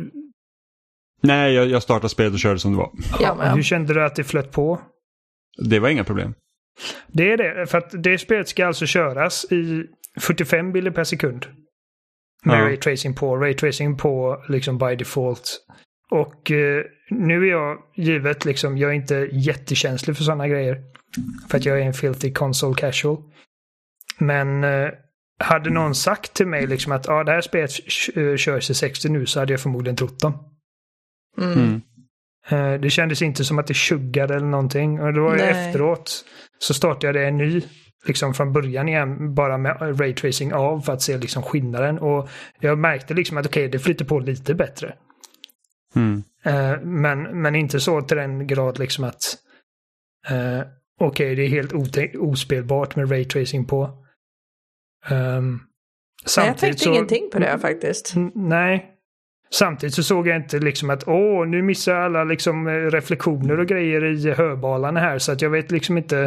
Nej, jag, jag startade spelet och körde som det var. Ja, men. Hur kände du att det flöt på? Det var inga problem. Det är det, för att det spelet ska alltså köras i fyrtiofem bilder per sekund. Med ja. raytracing på. Raytracing på liksom by default. Och eh, nu är jag givet liksom, jag är inte jättekänslig för sådana grejer. För att jag är en filthy console casual. Men eh, hade någon sagt till mig liksom att ah, det här spelet körs i sextio nu, så hade jag förmodligen trott dem. Mm. Mm. Eh, det kändes inte som att det tjuggade eller någonting. Och då var jag efteråt så startade jag en ny liksom från början igen, bara med raytracing av för att se liksom skillnaden. Och jag märkte liksom att okej, okay, det flyter på lite bättre. Mm. Uh, men, men inte så till den grad liksom att uh, okej, okay, det är helt ote- ospelbart med raytracing på. Um, nej, jag tänkte så, ingenting på det faktiskt. N- nej. Samtidigt så såg jag inte liksom att åh, nu missar alla liksom reflektioner och grejer i hörbalarna här, så att jag vet liksom inte.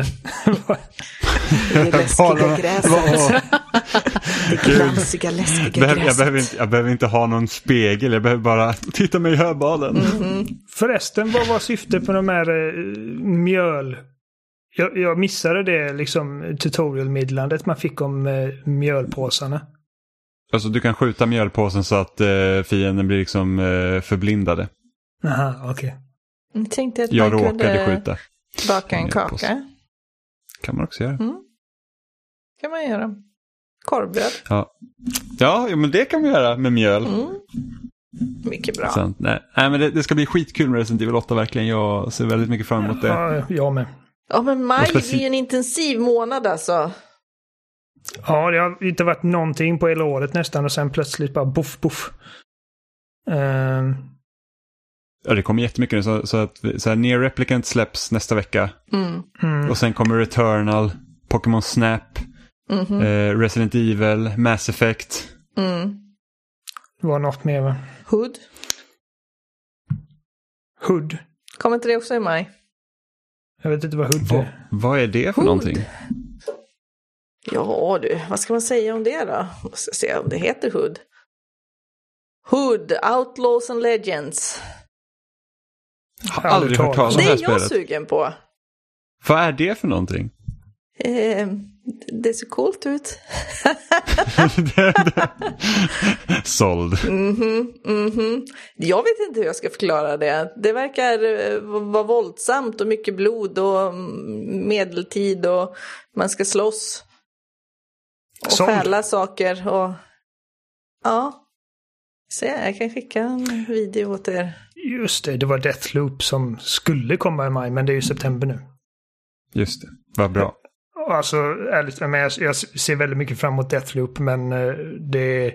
Det är läskiga gräset. Det glansiga, läskiga jag, gräset. Jag behöver, inte, jag behöver inte ha någon spegel, jag behöver bara titta mig i hörbalen. Mm-hmm. Förresten, vad var syftet på de här uh, mjöl? Jag, jag missade det liksom tutorial-meddelandet man fick om uh, mjölpåsarna. Alltså du kan skjuta mjölpåsen så att uh, fienden blir liksom uh, förblindade. Aha, okej. Okay. Jag tänkte att jag man råkade kunde skjuta. baka en kaka. Kan man också göra. Mm. Kan man göra. Korvbröd. Ja. Ja, men det kan man göra med mjöl. Mm. Mycket bra. Så, nej. nej, men det, det ska bli skitkul med Resident Evil åtta verkligen. Jag ser väldigt mycket fram emot det. Ja, jag med. Ja, men maj är ju en intensiv månad alltså. Ja, det har inte varit någonting på hela året nästan och sen plötsligt bara buff, buff. Um... Ja, det kommer jättemycket nu. Så, så att så här, Near Replicant släpps nästa vecka. Mm. Mm. Och sen kommer Returnal, Pokémon Snap, mm-hmm. eh, Resident Evil, Mass Effect. Mm. Det var något mer, va? Hood. Hood. Kommer inte det också i maj? Jag vet inte vad Hood är. Vad är det för Hood. någonting? Ja du, vad ska man säga om det då? Måste jag se om det heter Hood. Hood, Outlaws and Legends. Har aldrig hört talas om det här spelet. Det är jag sugen på. Vad är det för någonting? Eh, det ser coolt ut. Såld. Mhm, mhm. Jag vet inte hur jag ska förklara det. Det verkar vara våldsamt och mycket blod och medeltid och man ska slåss. Och Såld. stjäla saker och ja. Så jag kan skicka en video åt er. Just det, det var Deathloop som skulle komma i maj, men det är ju september nu. Just det, vad bra. Alltså, ärligt, men jag, jag ser väldigt mycket fram emot Deathloop, men det...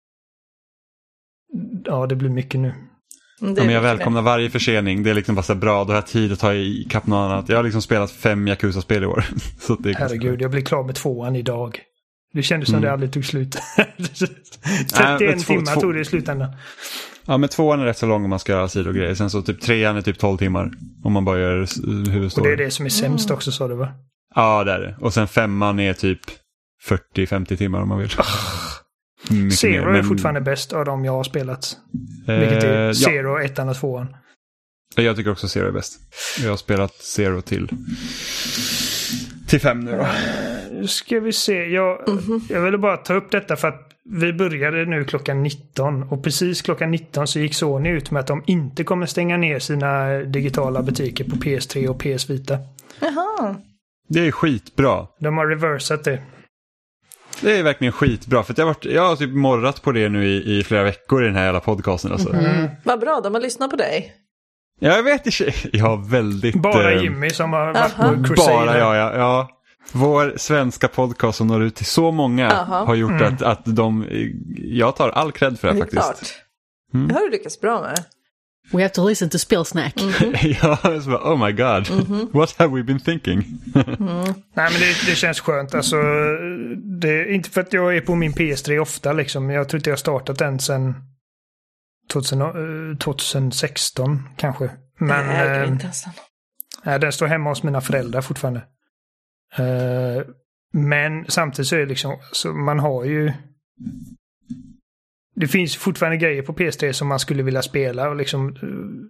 Ja, det blir mycket nu. Ja, men jag välkomnar varje försening. Det är liksom bara så bra, då har jag tid att ta i kapp något annat. Jag har liksom spelat fem Yakuza-spel i år. Så det är herregud, ganska... jag blir klar med tvåan idag. Det kändes som mm. det aldrig tog slut. trettioen Nej, två, timmar två... tog det i slutändan. Ja, men tvåan är rätt så lång om man ska göra sidogrejer. Sen så typ trean är typ tolv timmar om man bara gör huvudstoryn. Och det är det som är sämst också, sa du, va? Ja, det är det. Och sen femman är typ fyrtio femtio timmar om man vill. Oh. Zero mer, men... är fortfarande bäst av dem jag har spelat. Eh, Vilket är ja. Zero, ettan och tvåan. Jag tycker också Zero är bäst. Jag har spelat Zero till till fem nu då. Uh, ska vi se. Jag, mm-hmm. jag ville bara ta upp detta för att vi började nu klockan nitton. Och precis klockan nitton så gick Sony ut med att de inte kommer stänga ner sina digitala butiker på P S tre och P S Vita. Jaha. Det är skitbra. De har reversat det. Det är verkligen skitbra. För att jag, har varit, jag har typ morrat på det nu i, i flera veckor i den här jävla podcasten. Alltså. Mm. Vad bra, de har lyssnat på dig. Ja, jag vet inte. Jag har väldigt... Bara eh, Jimmy som har varit på Crusader. Bara jag, ja, ja. Vår svenska podcast som når ut till så många Aha. har gjort mm. att, att de... Jag tar all cred för det, det faktiskt. Klart. Mm. Det har du lyckats bra med. We have to listen to Spillsnack. Mm-hmm. Ja, så bara, oh my god. Mm-hmm. What have we been thinking? mm. Nej, men det, det känns skönt. Alltså, det är inte för att jag är på min P S tre ofta. Liksom. Jag tror inte jag har startat den sedan tjugo sexton kanske. Men, Nej, det är inte nästan. Nej, den står hemma hos mina föräldrar fortfarande. Uh, men samtidigt så är det liksom, så man har ju... Det finns fortfarande grejer på P S tre som man skulle vilja spela och liksom... Uh,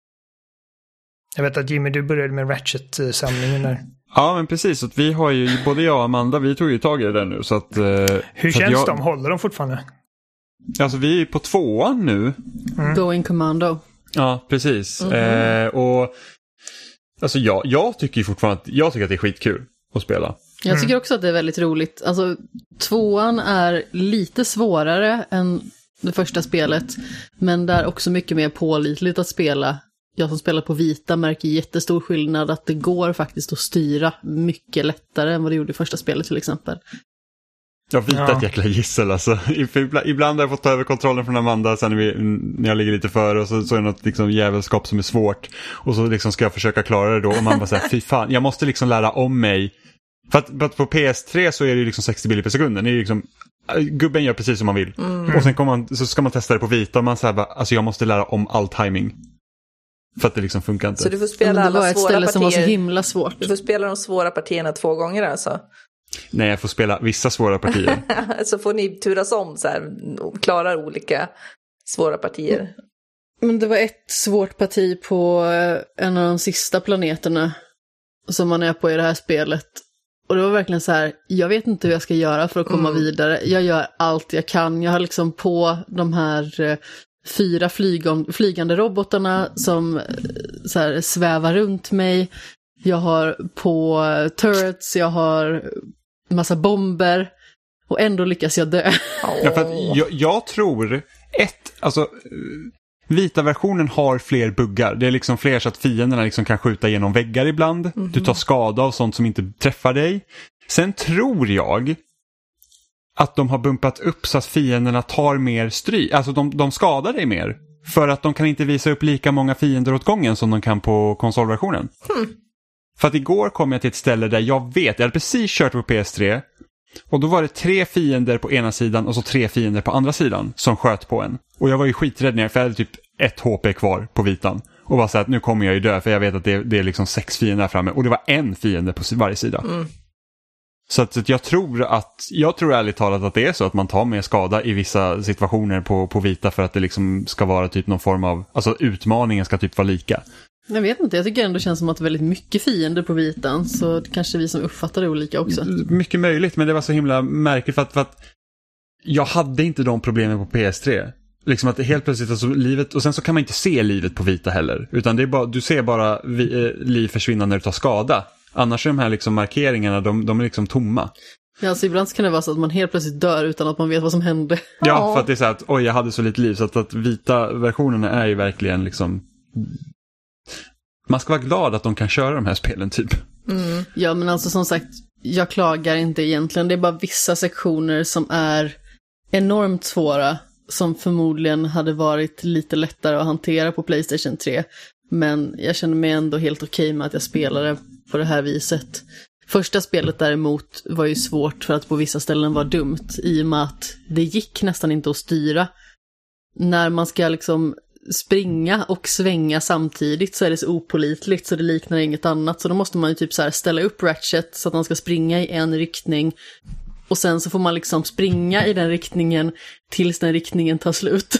jag vet att Jimmy, du började med Ratchet-samlingen där. Ja, men precis. Att vi har ju, både jag och Amanda, vi tog ju tag i det där nu. Så att, uh, Hur så känns jag, de? Håller de fortfarande? Alltså vi är på tvåan nu. Mm. Going Commando. Ja, precis. Mm-hmm. Uh, och alltså jag, jag tycker ju fortfarande att, jag tycker att det är skitkul att spela. Jag tycker också att det är väldigt roligt. Alltså, tvåan är lite svårare än det första spelet. Men det är också mycket mer pålitligt att spela. Jag som spelar på vita märker jättestor skillnad att det går faktiskt att styra mycket lättare än vad det gjorde i första spelet till exempel. Ja, vita Ja. ett jäkla gissel alltså. Ibland har jag fått ta över kontrollen från Amanda sen när, vi, när jag ligger lite före och så, så är det något liksom jävelskap som är svårt. Och så liksom ska jag försöka klara det då och man bara säger, fy fan, jag måste liksom lära om mig. För att, för att på P S tre så är det ju liksom sextio bilder per sekund. Det är liksom, gubben gör precis som man vill. Mm. Och sen kommer man, så ska man testa det på vita och man säger bara, alltså jag måste lära om all timing. För att det liksom funkar inte. Så du får spela alla svåra partier. Det var ett ställe som var så himla svårt. Du får spela de svåra partierna två gånger alltså. Nej, jag får spela vissa svåra partier. Så får ni turas om så här, och klarar olika svåra partier. Men det var ett svårt parti på en av de sista planeterna som man är på i det här spelet. Och det var verkligen så här, jag vet inte hur jag ska göra för att komma mm. vidare. Jag gör allt jag kan. Jag har liksom på de här fyra flyg- flygande robotarna som så här, svävar runt mig. Jag har på turrets, jag har massa bomber och ändå lyckas jag dö. Ja, för att jag, jag tror ett, alltså vita versionen har fler buggar. Det är liksom fler så att fienderna liksom kan skjuta genom väggar ibland. Mm-hmm. Du tar skada av sånt som inte träffar dig. Sen tror jag att de har bumpat upp så att fienderna tar mer stryk. Alltså de, de skadar dig mer. För att de kan inte visa upp lika många fiender åt gången som de kan på konsolversionen. Hmm. För att igår kom jag till ett ställe där jag vet, jag hade precis kört på P S tre och då var det tre fiender på ena sidan och så tre fiender på andra sidan som sköt på en. Och jag var ju skiträdd när jag, för jag hade typ ett H P kvar på vitan. Och var så att nu kommer jag ju dö för jag vet att det, det är liksom sex fiender framme. Och det var en fiende på varje sida. Mm. Så att, så att jag tror att, jag tror ärligt talat att det är så att man tar mer skada i vissa situationer på, på vita för att det liksom ska vara typ någon form av, alltså utmaningen ska typ vara lika. Jag vet inte, jag tycker ändå känns som att det är väldigt mycket fiender på vitan. Så det kanske vi som uppfattar det olika också. Mycket möjligt, men det var så himla märkligt för att, för att jag hade inte de problemen på P S tre. Liksom att helt plötsligt, alltså livet, och sen så kan man inte se livet på vita heller. Utan det är bara, du ser bara vi, eh, liv försvinna när du tar skada. Annars är de här liksom markeringarna, de, de är liksom tomma. Ja, alltså ibland kan det vara så att man helt plötsligt dör utan att man vet vad som hände. Ja, för att det är så att, oj jag hade så lite liv. Så att, att vita versionerna är ju verkligen liksom... Man ska vara glad att de kan köra de här spelen typ. Mm. Ja, men alltså som sagt, jag klagar inte egentligen. Det är bara vissa sektioner som är enormt svåra. Som förmodligen hade varit lite lättare att hantera på PlayStation tre. Men jag känner mig ändå helt okej med att jag spelade på det här viset. Första spelet däremot var ju svårt för att på vissa ställen var dumt. I och med att det gick nästan inte att styra. När man ska liksom springa och svänga samtidigt så är det så opålitligt så det liknar inget annat. Så då måste man ju typ så här ställa upp Ratchet så att man ska springa i en riktning. Och sen så får man liksom springa i den riktningen tills den riktningen tar slut.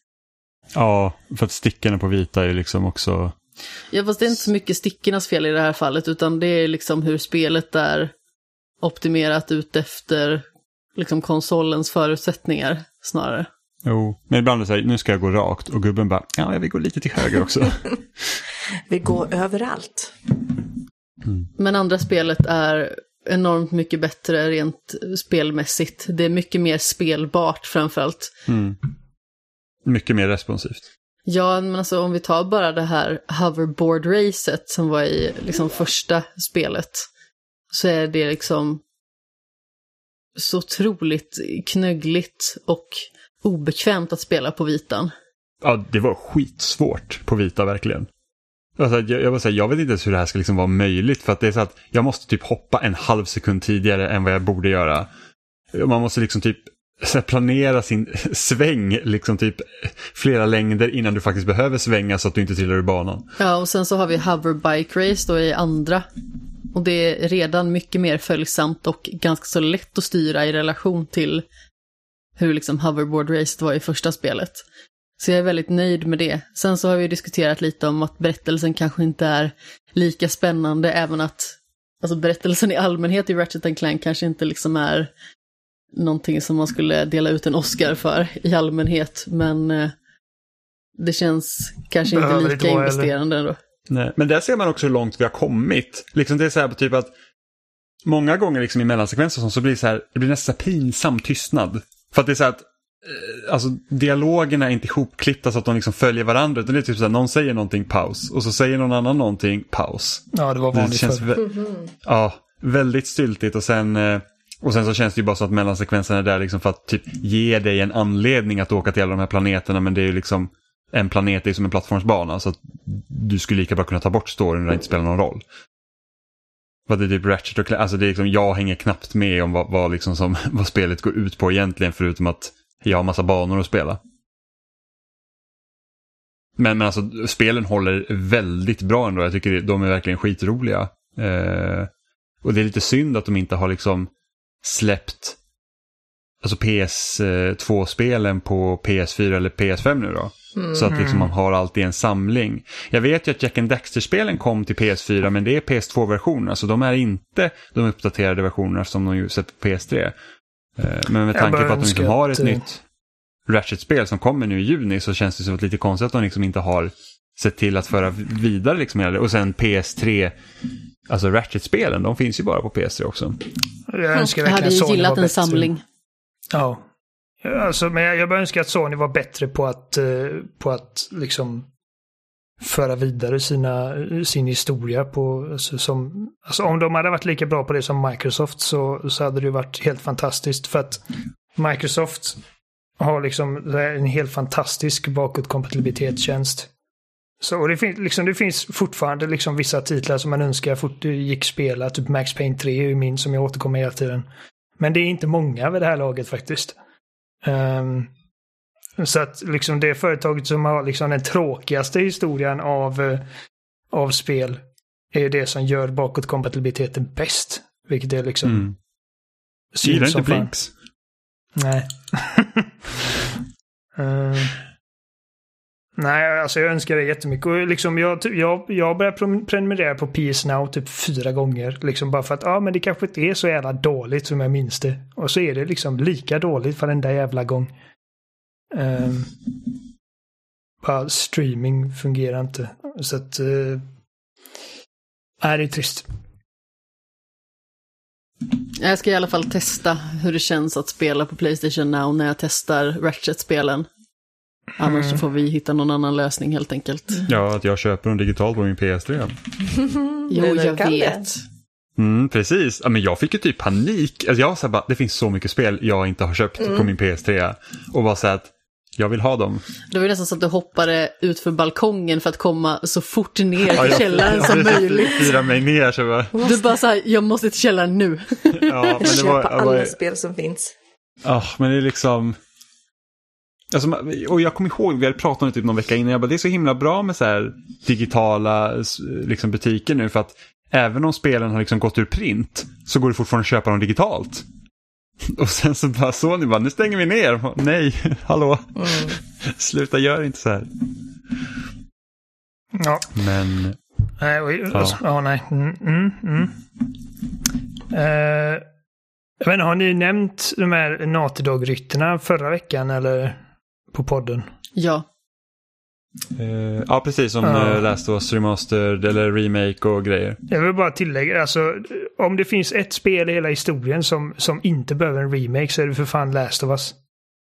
Ja, för att stickorna på vita är liksom också... Ja, fast det är inte så mycket stickornas fel i det här fallet utan det är liksom hur spelet är optimerat ut efter liksom konsolens förutsättningar snarare. Jo, men ibland är det så här, nu ska jag gå rakt och gubben bara, ja jag vill gå lite till höger också. Vi går överallt. Mm. Men andra spelet är enormt mycket bättre rent spelmässigt. Det är mycket mer spelbart framförallt. Mm. Mycket mer responsivt. Ja, men alltså om vi tar bara det här hoverboard-racet som var i liksom första spelet så är det liksom så otroligt knöggligt och obekvämt att spela på vitan. Ja, det var skitsvårt på vita verkligen. Alltså, jag, jag, säga, jag vet inte ens hur det här ska liksom vara möjligt för att det är så att jag måste typ hoppa en halv sekund tidigare än vad jag borde göra. Man måste liksom typ så planera sin sväng liksom typ flera längder innan du faktiskt behöver svänga så att du inte trillar ur banan. Ja, och sen så har vi hoverbike race då i andra. Och det är redan mycket mer följsamt och ganska så lätt att styra i relation till hur liksom hoverboard race var i första spelet. Så jag är väldigt nöjd med det. Sen så har vi diskuterat lite om att berättelsen kanske inte är lika spännande, även att alltså berättelsen i allmänhet i Ratchet and Clank kanske inte liksom är någonting som man skulle dela ut en Oscar för i allmänhet, men eh, det känns kanske inte Behöver lika inte investerande ändå. Nej, men där ser man också hur långt vi har kommit. Liksom det är så här typ att många gånger liksom i mellansekvenser så blir det så här, det blir nästan pinsam tystnad. För att det är så här att eh, alltså dialogerna är inte ihopklippta så att de liksom följer varandra, utan det är typ så här, någon säger någonting paus och så säger någon annan någonting paus. Ja, det var vanligt. Det känns vä- mm-hmm. Ja, väldigt styltigt och sen eh, och sen så känns det ju bara så att mellansekvenserna är där liksom för att typ ge dig en anledning att åka till alla de här planeterna, men det är ju liksom en planet är ju som en plattformsbana så att du skulle lika bra kunna ta bort storyn och det inte spelar någon roll. Vad det är typ Ratchet och Clank, alltså det är liksom, jag hänger knappt med om vad, vad, liksom som, vad spelet går ut på egentligen, förutom att jag har massa banor att spela. Men, men alltså spelen håller väldigt bra ändå, jag tycker de är verkligen skitroliga. Eh, och det är lite synd att de inte har liksom släppt alltså P S två-spelen på P S fyra eller P S fem nu då. Mm. Så att liksom man har alltid en samling. Jag vet ju att Jack and Daxter-spelen kom till P S fyra, men det är P S två-versioner. Så de är inte de uppdaterade versionerna som de ju sett på P S tre. Men med tanke på att de liksom har ett att... nytt Ratchet-spel som kommer nu i juni, så känns det som lite konstigt att de liksom inte har sett till att föra vidare liksom. Och sen P S tre, alltså Ratchet-spelen, de finns ju bara på P S tre också. Jag önskar jag hade ju gillat en bättre. samling. Ja. Alltså, men jag, jag bara önskar att Sony var bättre på att, uh, på att liksom föra vidare sina, sin historia på, alltså, som, alltså, om de hade varit lika bra på det som Microsoft så, så hade det varit helt fantastiskt, för att Microsoft har liksom en helt fantastisk bakåtkompatibilitetstjänst. Så, och det, fin- liksom, det finns fortfarande liksom vissa titlar som man önskar fort gick spela, typ Max Payne tre är min som jag återkommer hela tiden. Men det är inte många vid det här laget faktiskt. Um, så att liksom det företaget som har liksom den tråkigaste historien av, uh, av spel är det som gör bakåtkompatibiliteten bäst. Vilket är liksom mm. Gillar inte Blinks? Nej. uh, nej, alltså jag önskar det jättemycket. Och liksom jag, jag, jag började prenumerera på P S Now typ fyra gånger. Liksom bara för att ja, men det kanske inte är så jävla dåligt som jag minns det. Och så är det liksom lika dåligt för den där jävla gång. Um, bara streaming fungerar inte. Så att uh, nej, det är trist. Jag ska i alla fall testa hur det känns att spela på PlayStation Now när jag testar Ratchet-spelen. Annars mm. så får vi hitta någon annan lösning helt enkelt. Ja, att jag köper dem digitalt på min P S tre. Jo, jag vet. Mm, precis. Ja, men jag fick ju typ panik. Alltså jag sa bara, det finns så mycket spel jag inte har köpt mm. på min P S tre. Och bara så att jag vill ha dem. Det var nästan så att du hoppade ut för balkongen för att komma så fort ner till ja, källaren jag, som jag möjligt. Fyra mig ner så bara... Du bara så här, jag måste till källaren nu. Ja, men det var, köpa alla var... spel som finns. Ja, oh, men det är liksom... Alltså, och jag kommer ihåg, vi hade pratat om det typ någon vecka innan. Jag bara, det är så himla bra med så här digitala liksom, butiker nu. För att även om spelen har liksom gått ur print så går det fortfarande att köpa dem digitalt. Och sen så bara så ni bara, nu stänger vi ner. Nej, hallå. Mm. Sluta, gör inte så här. Ja. Men... Nej, oj, ja. Oh, nej. Mm, mm, mm. Uh, jag vet inte, har ni nämnt de här Naughty Dog-rytterna förra veckan eller på podden? Ja. Uh, ja, precis som uh. uh, Last of Us Remastered eller remake och grejer. Jag vill bara tillägga, alltså om det finns ett spel i hela historien som, som inte behöver en remake så är det för fan Last of Us.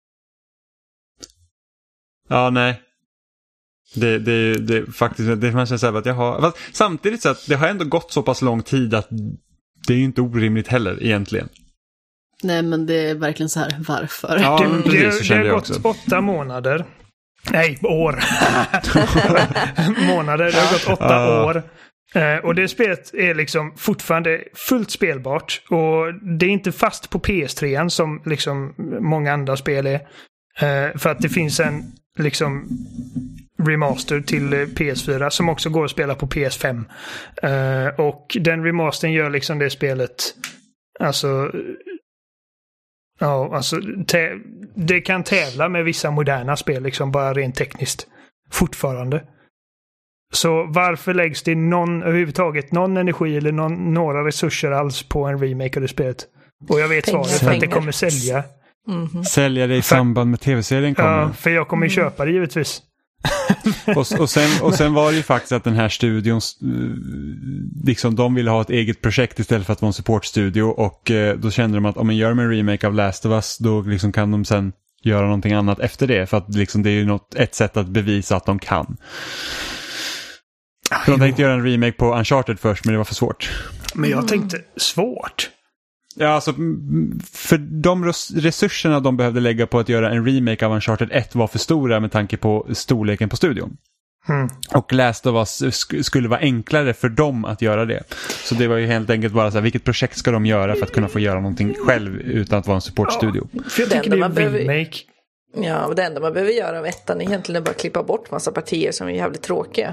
Ja, nej. Det, det, det faktiskt, det man känner så här att jag har, fast samtidigt så att det har ändå gått så pass lång tid att det är ju inte orimligt heller egentligen. Nej, men det är verkligen så här, varför? Ja, det, precis, det, det har gått också. åtta månader. Nej, år. Månader, det har gått åtta ja. år. Uh, och det spelet är liksom fortfarande fullt spelbart. Och det är inte fast på P S tre som liksom många andra spel är. Uh, för att det finns en liksom remaster till P S fyra som också går att spela på P S fem. Uh, och den remastern gör liksom det spelet alltså ja, alltså tä- det kan tävla med vissa moderna spel liksom bara rent tekniskt fortfarande. Så varför läggs det någon överhuvudtaget någon energi eller någon, några resurser alls på en remake av det spelet? Och jag vet svaret för att det kommer sälja. Mm-hmm. Sälja det i samband med tv-serien kommer. Ja, för jag kommer ju köpa det givetvis. och, och, sen, och sen var det ju faktiskt att den här studion liksom de ville ha ett eget projekt istället för att vara en supportstudio och eh, då kände de att om man gör en remake av Last of Us då liksom kan de sen göra någonting annat efter det för att liksom, det är ju något, ett sätt att bevisa att de kan. Så de tänkte göra en remake på Uncharted först men det var för svårt. Men jag tänkte svårt. Ja, alltså för de resurserna de behövde lägga på att göra en remake av Uncharted ett var för stora med tanke på storleken på studion. Mm. Och Last of Us sk- skulle vara enklare för dem att göra det. Så det var ju helt enkelt bara så här, vilket projekt ska de göra för att kunna få göra någonting själv utan att vara en supportstudio? Ja, för jag tycker det är en behöver, remake. Ja, det enda man behöver göra av ettan är egentligen bara klippa bort massa partier som är jävligt tråkiga.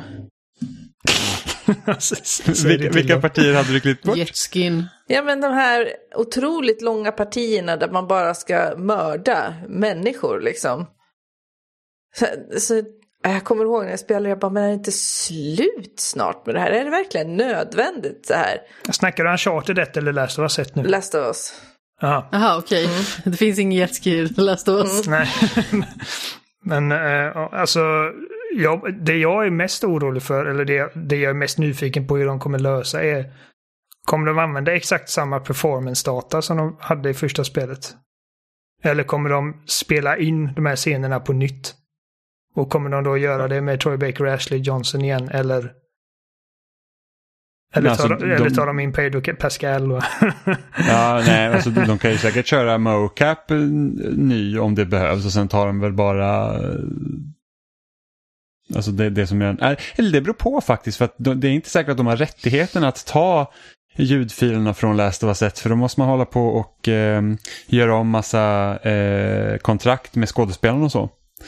vilka, vilka partier hade du klippt bort? Jetskin. Ja, men de här otroligt långa partierna där man bara ska mörda människor liksom. Så, så jag kommer ihåg när jag spelade, jag bara, men är det inte slut snart med det här? Är det verkligen nödvändigt så här? Snackar du Uncharted ett eller Last of Us ett nu? Last of Us. Jaha, okej. Okay. Mm. Det finns ingen jetski i Last of Us. Mm. Nej. Men äh, alltså jag, det jag är mest orolig för, eller det, det jag är mest nyfiken på hur de kommer lösa är, kommer de använda exakt samma performance-data som de hade i första spelet? Eller kommer de spela in de här scenerna på nytt? Och kommer de då göra det med Troy Baker och Ashley Johnson igen? Eller, eller, alltså, tar, de, de, eller tar de in Pedro Pascal? Och ja, nej, alltså de kan ju säkert köra mocap ny om det behövs. Och sen tar de väl bara... Alltså det, det som är... Eller det beror på faktiskt. För att det är inte säkert att de har rättigheten att ta ljudfilerna från Last of Us ett. För då måste man hålla på och eh, göra om massa eh, kontrakt med skådespelarna och så.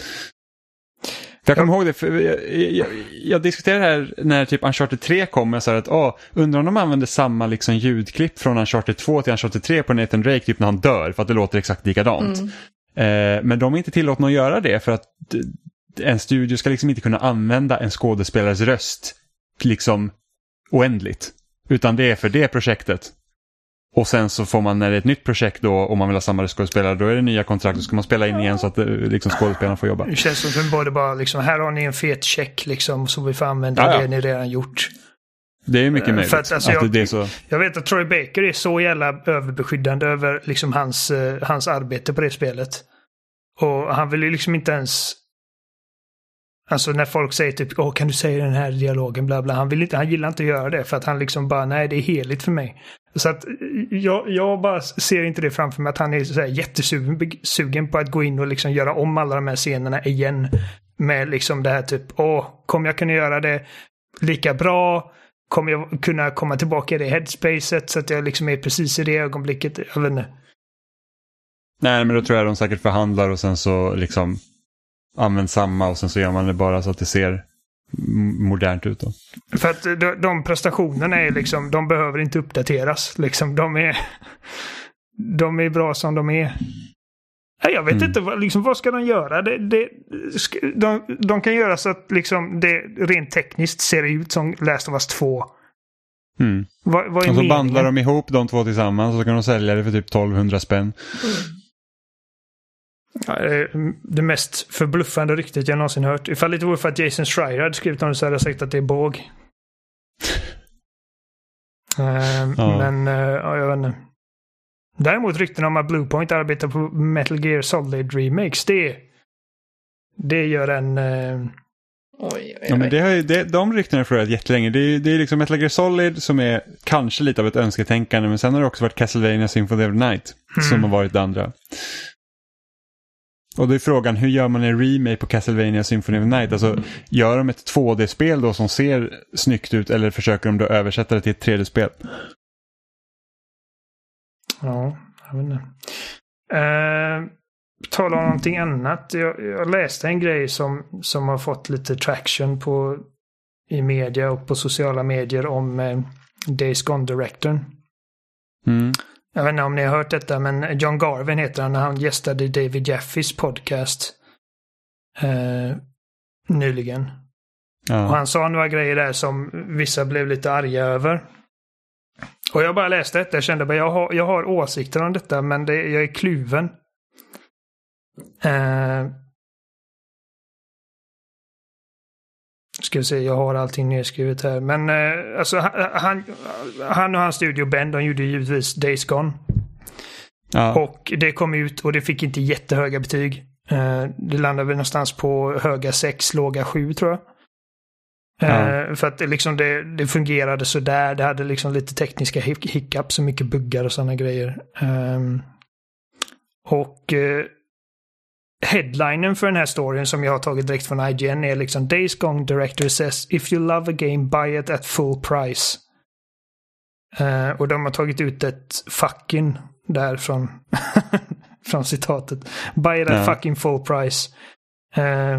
För jag kommer ihåg det, för jag, jag, jag diskuterade här när typ Uncharted tre kom. Jag sa att åh, undrar om de använder samma liksom, ljudklipp från Uncharted två till Uncharted tre på Nathan Drake typ när han dör. För att det låter exakt likadant. Mm. Eh, men de är inte tillåtna att göra det för att en studio ska liksom inte kunna använda en skådespelares röst liksom oändligt. Utan det är för det projektet. Och sen så får man när det är ett nytt projekt då, om man vill ha samma skådespelare, då är det nya kontrakt, då ska man spela in igen så att liksom, skådespelarna får jobba. Det känns som att både bara liksom, här har ni en fet check liksom, så vi får använda ja, ja. det ni redan gjort. Det är mycket möjligt. För att, alltså, att jag, det är så... jag vet att Troy Baker är så jävla överbeskyddande över liksom, hans, uh, hans arbete på det spelet. Och han vill ju liksom inte ens... Alltså när folk säger typ, åh kan du säga den här dialogen, bla bla. Han, vill inte, han gillar inte att göra det för att han liksom bara, nej det är heligt för mig. Så att jag, jag bara ser inte det framför mig att han är så här jättesugen sugen på att gå in och liksom göra om alla de här scenerna igen. Med liksom det här typ, åh, kommer jag kunna göra det lika bra? Kommer jag kunna komma tillbaka i det headspacet så att jag liksom är precis i det ögonblicket? Jag vet inte. Nej, men då tror jag de säkert förhandlar och sen så liksom använder samma och sen så gör man det bara så att det ser modernt ut då. För att de, de prestationerna är liksom, de behöver inte uppdateras. Liksom, de är de är bra som de är. Jag vet mm. inte, liksom, vad ska de göra? Det, det, de, de kan göra så att liksom, det rent tekniskt ser ut som Last of Us två. Mm. Vad, vad är och så meningen? bandlar de ihop de två tillsammans och så kan de sälja det för typ tolvhundra spänn. Mm. Ja, det mest förbluffande ryktet jag någonsin hört. Ifall det vore för att Jason Schreier hade skrivit om det så hade jag sagt att det är båg. uh, ja. Men uh, ja, jag vet inte. Däremot rykten om att Bluepoint arbetar på Metal Gear Solid Remakes, det det gör en uh... oj, oj, oj. Ja, men det har ju, det, de ryktena har florerat jättelänge. Det är, det är liksom Metal Gear Solid som är kanske lite av ett önsketänkande, men sen har det också varit Castlevania Symphony of the Night mm. som har varit det andra. Och då är frågan, hur gör man en remake på Castlevania Symphony of the Night? Alltså, gör de ett två D-spel då som ser snyggt ut, eller försöker de då översätta det till ett tre D-spel? Ja, jag vet inte. Uh, tala om någonting annat. Jag, jag läste en grej som, som har fått lite traction på, i media och på sociala medier om uh, Days Gone-directorn. Mm. Jag vet inte om ni har hört detta, men John Garvin heter han, när han gästade David Jaffes podcast uh, nyligen. Ja. Och han sa några grejer där som vissa blev lite arga över. Och jag bara läste detta, jag kände bara jag har, jag har åsikter om detta, men det, jag är kluven. Uh, ska vi se, jag har allting nedskrivet här. Men uh, alltså han, han och hans studio Ben, de gjorde givetvis Days Gone. Ja. Och det kom ut och det fick inte jättehöga betyg. Uh, det landade väl någonstans på höga sex, låga sju tror jag. Ja. Uh, för att det, liksom det, det fungerade så där. Det hade liksom lite tekniska hiccups, så mycket buggar och sådana grejer. Um, och uh, headlinen för den här storyn som jag har tagit direkt från I G N är liksom Days Gone director says if you love a game buy it at full price. Uh, och de har tagit ut ett fucking där från från citatet. Buy it at ja. fucking full price. Uh,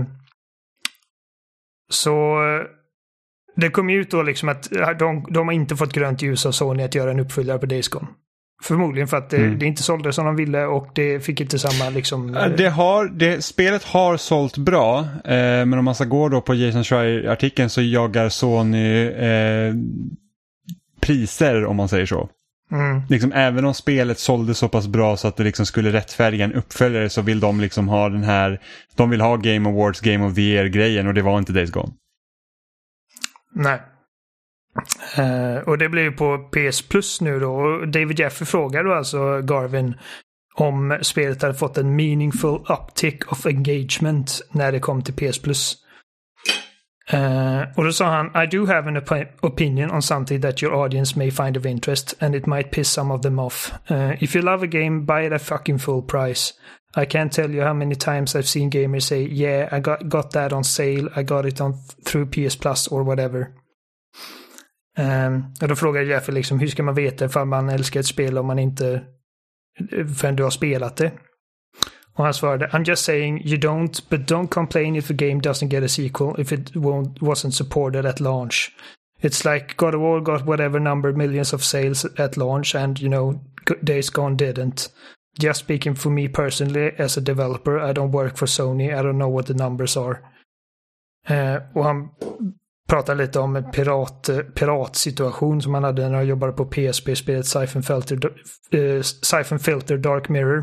så det kom ut då liksom att de, de har inte fått grönt ljus av Sony att göra en uppföljare på Days Gone. Förmodligen för att det, mm. det inte sålde som de ville och det fick inte samma liksom... Det har, det, spelet har sålt bra, eh, men om man ska gå då på Jason Schreier-artikeln så jagar Sony eh, priser, om man säger så. Mm. Liksom, även om spelet sålde så pass bra så att det liksom skulle rättfärdiga en uppföljare, så vill de liksom ha den här, de vill ha Game Awards, Game of the Year-grejen, och det var inte Days Gone. Nej. Uh, och det blir ju på P S Plus nu då. Och David Jaffe frågar då alltså Garvin om spelet hade fått en meaningful uptick of engagement när det kom till P S Plus. Uh, och då sa han, I do have an op- opinion on something that your audience may find of interest and it might piss some of them off. Uh, if you love a game, buy it at fucking full price. I can't tell you how many times I've seen gamers say, yeah, I got, got that on sale, I got it on through P S Plus or whatever. Um, och då frågar Jeff liksom, hur ska man veta ifall man älskar ett spel om man inte förrän du har spelat det? Och han svarade, I'm just saying you don't, but don't complain if a game doesn't get a sequel if it won't, wasn't supported at launch. It's like God of War got whatever number millions of sales at launch and, you know, Days Gone didn't. Just speaking for me personally as a developer, I don't work for Sony, I don't know what the numbers are. Uh, och han pratar lite om en pirat, piratsituation som han hade när han jobbade på P S P-spelet Siphon Filter, uh, Siphon Filter Dark Mirror.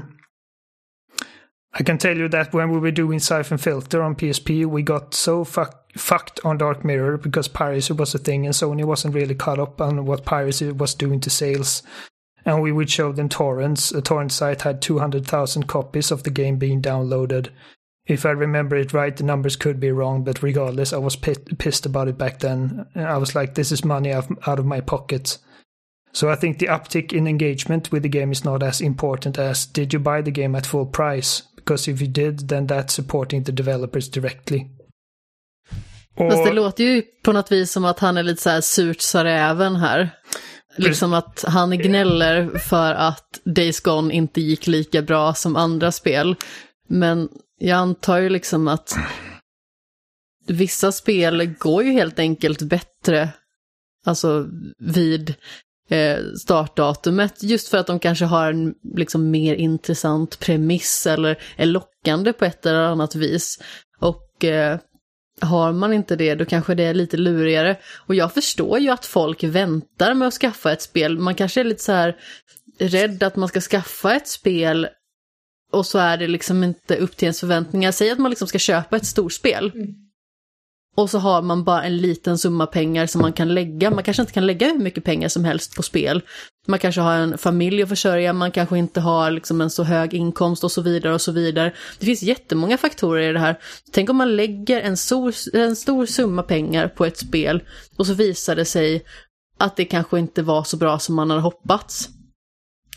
I can tell you that when we were doing Siphon Filter on P S P, we got so fuck- fucked on Dark Mirror because piracy was a thing and Sony wasn't really caught up on what piracy was doing to sales. And we would show them torrents. A torrent site had two hundred thousand copies of the game being downloaded. If I remember it right, the numbers could be wrong, but regardless, I was pit- pissed about it back then. I was like, this is money out of my pocket. So I think the uptick in engagement with the game is not as important as did you buy the game at full price? Because if you did, then that's supporting the developers directly. Och... Fast det låter ju på något vis som att han är lite så här surt sa räven här. Liksom att han gnäller för att Days Gone inte gick lika bra som andra spel. Men jag antar ju liksom att vissa spel går ju helt enkelt bättre, alltså vid eh, startdatumet, just för att de kanske har en liksom mer intressant premiss eller är lockande på ett eller annat vis. Och eh, har man inte det, då kanske det är lite lurigare. Och jag förstår ju att folk väntar med att skaffa ett spel. Man kanske är lite så här rädd att man ska skaffa ett spel och så är det liksom inte upp till ens förväntningar. Säg att man liksom ska köpa ett storspel. Mm. Och så har man bara en liten summa pengar som man kan lägga. Man kanske inte kan lägga hur mycket pengar som helst på spel. Man kanske har en familj att försörja. Man kanske inte har liksom en så hög inkomst och så vidare och så vidare. Det finns jättemånga faktorer i det här. Tänk om man lägger en stor, en stor summa pengar på ett spel och så visar det sig att det kanske inte var så bra som man hade hoppats.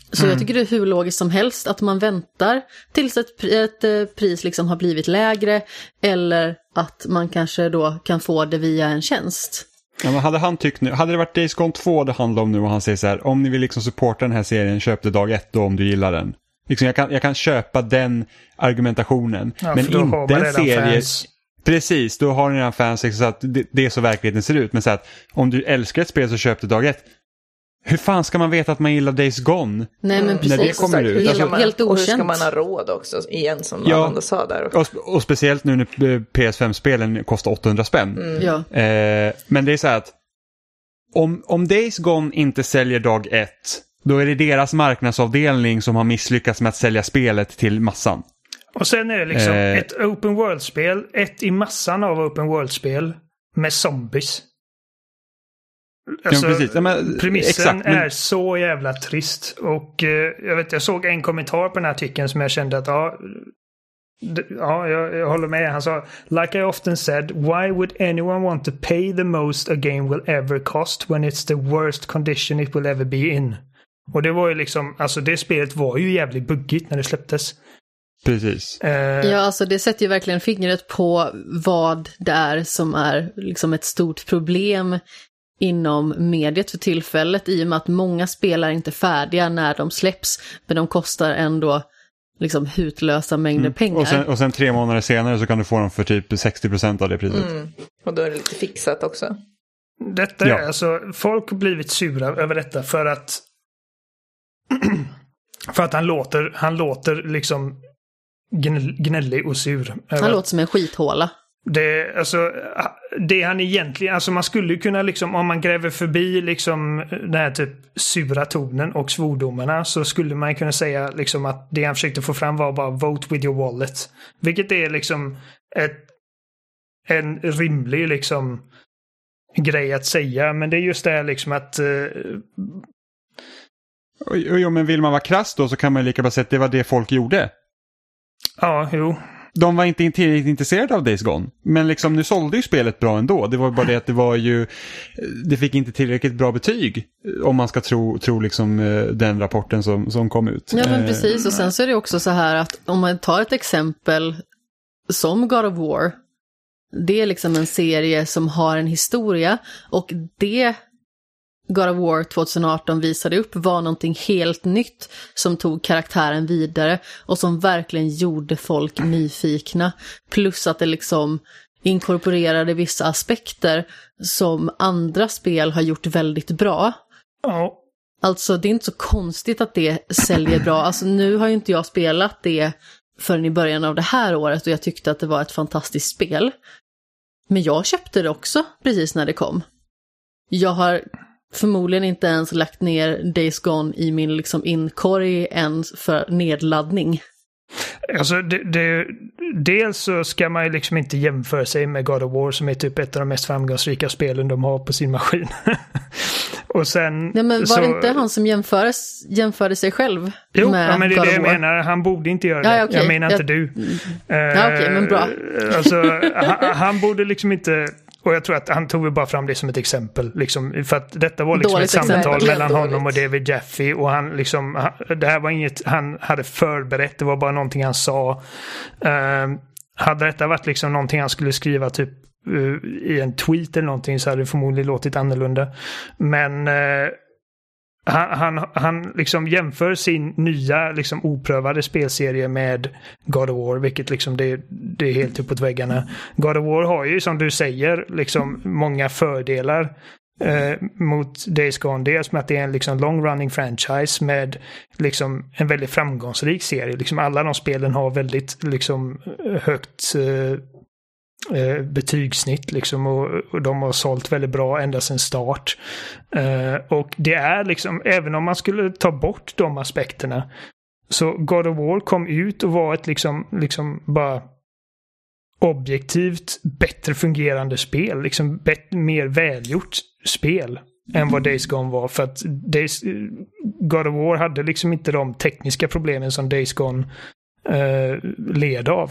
Så mm. jag tycker det är hur logiskt som helst att man väntar tills ett, ett pris liksom har blivit lägre, eller att man kanske då kan få det via en tjänst. Ja, men hade han tyckt nu, hade det varit Days Gone två det handlar om nu och han säger så här, om ni vill liksom supporta den här serien, köp det dag ett då om du gillar den. Liksom jag kan, jag kan köpa den argumentationen. Ja, men inte en serie... Fans. Precis, då har ni redan fans liksom, så att det, det är så verkligheten ser ut. Men så att om du älskar ett spel så köp det dag ett. Hur fan ska man veta att man gillar Days Gone? Nej, men precis. När det kommer ut. Helt, alltså, man, helt okänt. Och hur ska man ha råd också, igen som ja, Amanda sa där. Och, och speciellt nu när P S fem-spelen kostar åttahundra spänn. Mm. Ja. Eh, men det är så här att om, om Days Gone inte säljer dag ett, då är det deras marknadsavdelning som har misslyckats med att sälja spelet till massan. Och sen är det liksom eh, ett open world-spel, ett i massan av open world-spel med zombies. Alltså, ja, precis. Ja, men, premissen exakt, men... är så jävla trist. Och eh, jag vet, jag såg en kommentar på den här artikeln som jag kände att ja, d- ja jag, jag håller med. Han sa, like I often said, why would anyone want to pay the most a game will ever cost when it's the worst condition it will ever be in? Och det var ju liksom, alltså det spelet var ju jävligt buggigt när det släpptes. Precis. Uh, ja, alltså det sätter ju verkligen fingret på vad det är som är liksom ett stort problem inom mediet för tillfället, i och med att många spel är inte färdiga när de släpps, men de kostar ändå liksom hutlösa mängder mm. pengar. Och sen, och sen tre månader senare så kan du få dem för typ sextio procent av det priset. Mm. Och då är det lite fixat också. Detta är ja. alltså, folk har blivit sura över detta för att för att han låter, han låter liksom gnällig och sur. Han låter som en skithåla. Det, alltså, det han egentligen, alltså man skulle kunna liksom, om man gräver förbi liksom den här typ sura tonen och svordomarna, så skulle man kunna säga liksom att det han försökte få fram var bara vote with your wallet. Vilket är liksom ett, en rimlig liksom grej att säga, men det är just det liksom att uh, Jo, jo, men vill man vara krass då så kan man lika bara säga att det var det folk gjorde. Ja, jo. De var inte tillräckligt intresserade av Days Gone. Men liksom nu sålde ju spelet bra ändå. Det var bara det att det var ju... Det fick inte tillräckligt bra betyg. Om man ska tro, tro liksom den rapporten som, som kom ut. Ja, men precis. Och sen så är det också så här att om man tar ett exempel som God of War. Det är liksom en serie som har en historia. Och det... God of War tjugoarton visade upp var någonting helt nytt som tog karaktären vidare och som verkligen gjorde folk nyfikna. Plus att det liksom inkorporerade vissa aspekter som andra spel har gjort väldigt bra. Oh. Alltså det är inte så konstigt att det säljer bra. Alltså nu har ju inte jag spelat det förrän i början av det här året och jag tyckte att det var ett fantastiskt spel. Men jag köpte det också precis när det kom. Jag har... förmodligen inte ens lagt ner Days Gone i min liksom inkorg ens för nedladdning. Alltså det, det, dels så ska man ju liksom inte jämföra sig med God of War som är typ ett av de mest framgångsrika spelen de har på sin maskin. Och sen... Ja, men var så, det inte han som jämfördes, jämförde sig själv jo, med ja, men det är God det jag of War? menar. Han borde inte göra det. Ja, okay. Jag menar jag... inte du. Ja, okej, okay, men bra. Alltså, han, han borde liksom inte... Och jag tror att han tog bara fram det som ett exempel. Liksom, för att detta var liksom ett samtal exempel. mellan honom och David Jaffe. Och han liksom, han, det här var inget han hade förberett. Det var bara någonting han sa. Uh, hade detta varit liksom någonting han skulle skriva typ uh, i en tweet eller någonting, så hade det förmodligen låtit annorlunda. Men... Uh, Han, han, han liksom jämför sin nya liksom oprövade spelserie med God of War, vilket liksom det, det är helt uppåt väggarna. God of War har ju, som du säger, liksom många fördelar eh, mot Days Gone. Dels med att det är en liksom long running franchise med liksom en väldigt framgångsrik serie. Liksom alla de spelen har väldigt liksom högt eh, Eh, betygssnitt liksom, och, och de har sålt väldigt bra ända sedan start. Eh, och det är liksom, även om man skulle ta bort de aspekterna, så God of War kom ut och var ett liksom, liksom bara objektivt bättre fungerande spel, liksom bet- mer välgjort spel än vad Days Gone var, för att Days, God of War hade liksom inte de tekniska problemen som Days Gone eh, led av.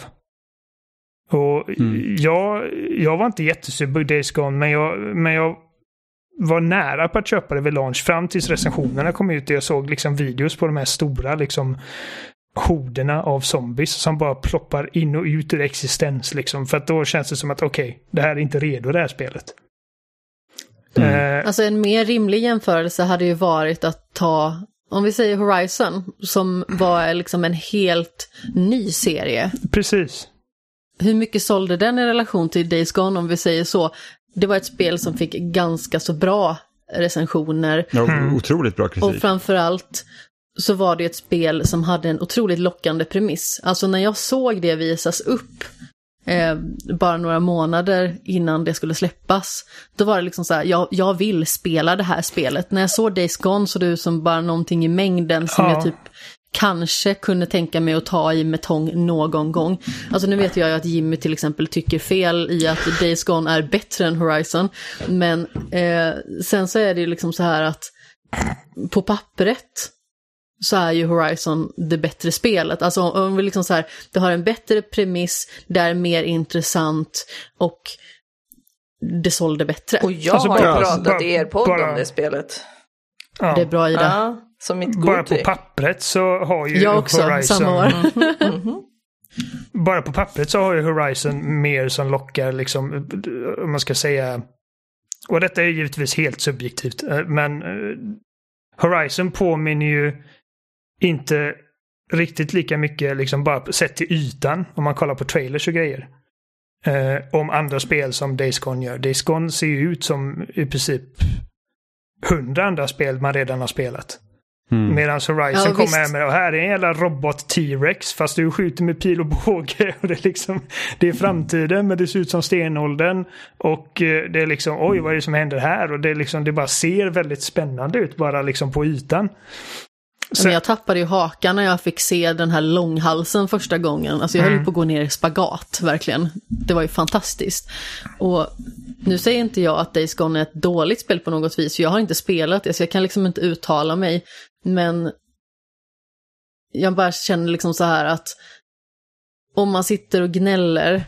Och mm. jag, jag var inte jättesur på Days Gone, men jag, men jag var nära på att köpa det vid launch fram tills recensionerna kom ut och jag såg liksom videos på de här stora liksom horderna av zombies som bara ploppar in och ut ur existens liksom. För att då känns det som att okej, okay, det här är inte redo det här spelet. Mm. Uh, alltså en mer rimlig jämförelse hade ju varit att ta, om vi säger Horizon, som var liksom en helt ny serie. Precis. Hur mycket sålde den i relation till Days Gone, om vi säger så? Det var ett spel som fick ganska så bra recensioner. Ja, mm. otroligt bra kritik. Och framförallt så var det ett spel som hade en otroligt lockande premiss. Alltså när jag såg det visas upp eh, bara några månader innan det skulle släppas, då var det liksom så här, jag, jag vill spela det här spelet. När jag såg Days Gone så det ut som bara någonting i mängden som ja. jag typ kanske kunde tänka mig att ta i med tång någon gång. Alltså nu vet jag ju att Jimmy till exempel tycker fel i att Days Gone är bättre än Horizon. Men eh, sen så är det ju liksom så här att på pappret så är ju Horizon det bättre spelet. Alltså om vi liksom så här, det har en bättre premiss, det är mer intressant och det sålde bättre. Och jag alltså har bara, pratat bara, i er podd bara, om det spelet. Ja. Det är bra, Ida. Ja. Som mitt bara på pappret så har ju jag också, Horizon samma år. Mm-hmm. Bara på pappret så har ju Horizon mer som lockar liksom, om man ska säga, och detta är givetvis helt subjektivt, men Horizon påminner ju inte riktigt lika mycket liksom bara sett till ytan om man kollar på trailers och grejer eh, om andra spel som Days Gone gör. Days Gone ser ju ut som i princip hundra andra spel man redan har spelat. Mm. Medan Horizon ja, kommer här med, och här är en jävla robot T-Rex fast du skjuter med pil och båge och det är liksom, det är framtiden men det ser ut som stenåldern och det är liksom, oj vad är det som händer här, och det är liksom, det bara ser väldigt spännande ut bara liksom på ytan. Men jag tappade ju hakan när jag fick se den här långhalsen första gången. Alltså jag mm. höll på att gå ner i spagat, verkligen. Det var ju fantastiskt. Och nu säger inte jag att Days Gone är ett dåligt spel på något vis. För jag har inte spelat det, så jag kan liksom inte uttala mig. Men jag bara känner liksom så här att om man sitter och gnäller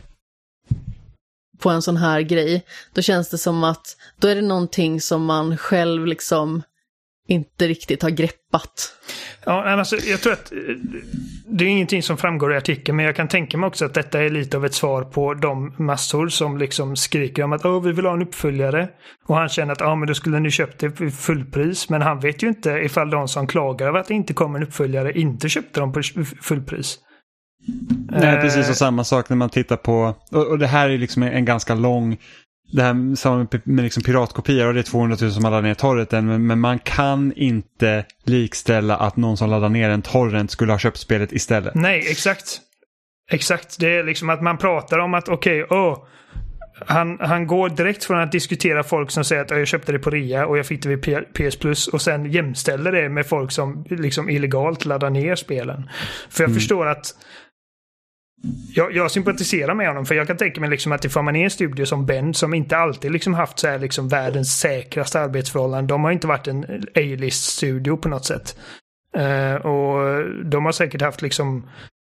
på en sån här grej, då känns det som att då är det någonting som man själv liksom inte riktigt har greppat. Ja, alltså, jag tror att det är ingenting som framgår i artikeln, men jag kan tänka mig också att detta är lite av ett svar på de massor som liksom skriker om att åh, vi vill ha en uppföljare, och han känner att ja, men då skulle ni köpt det för fullpris, men han vet ju inte ifall de som klagar över att det inte kommer en uppföljare inte köpte dem på fullpris. Nej, precis, och samma sak när man tittar på, och, och det här är liksom en ganska lång, det här samma med liksom piratkopior, och det är tvåhundratusen som laddar ner torrenten, men, men man kan inte likställa att någon som laddar ner en torrent skulle ha köpt spelet istället. Nej, exakt. Exakt, det är liksom att man pratar om att okej, okay, oh, han, han går direkt från att diskutera folk som säger att jag köpte det på rea och jag fick det vid P S Plus, och sen jämställer det med folk som liksom illegalt laddar ner spelen. För jag mm. förstår att Jag, jag sympatiserar med honom, för jag kan tänka mig liksom att ifall man är en studio som Ben som inte alltid liksom haft så här liksom världens säkraste arbetsförhållanden, de har inte varit en A-list-studio på något sätt. Uh, och de har säkert haft liksom,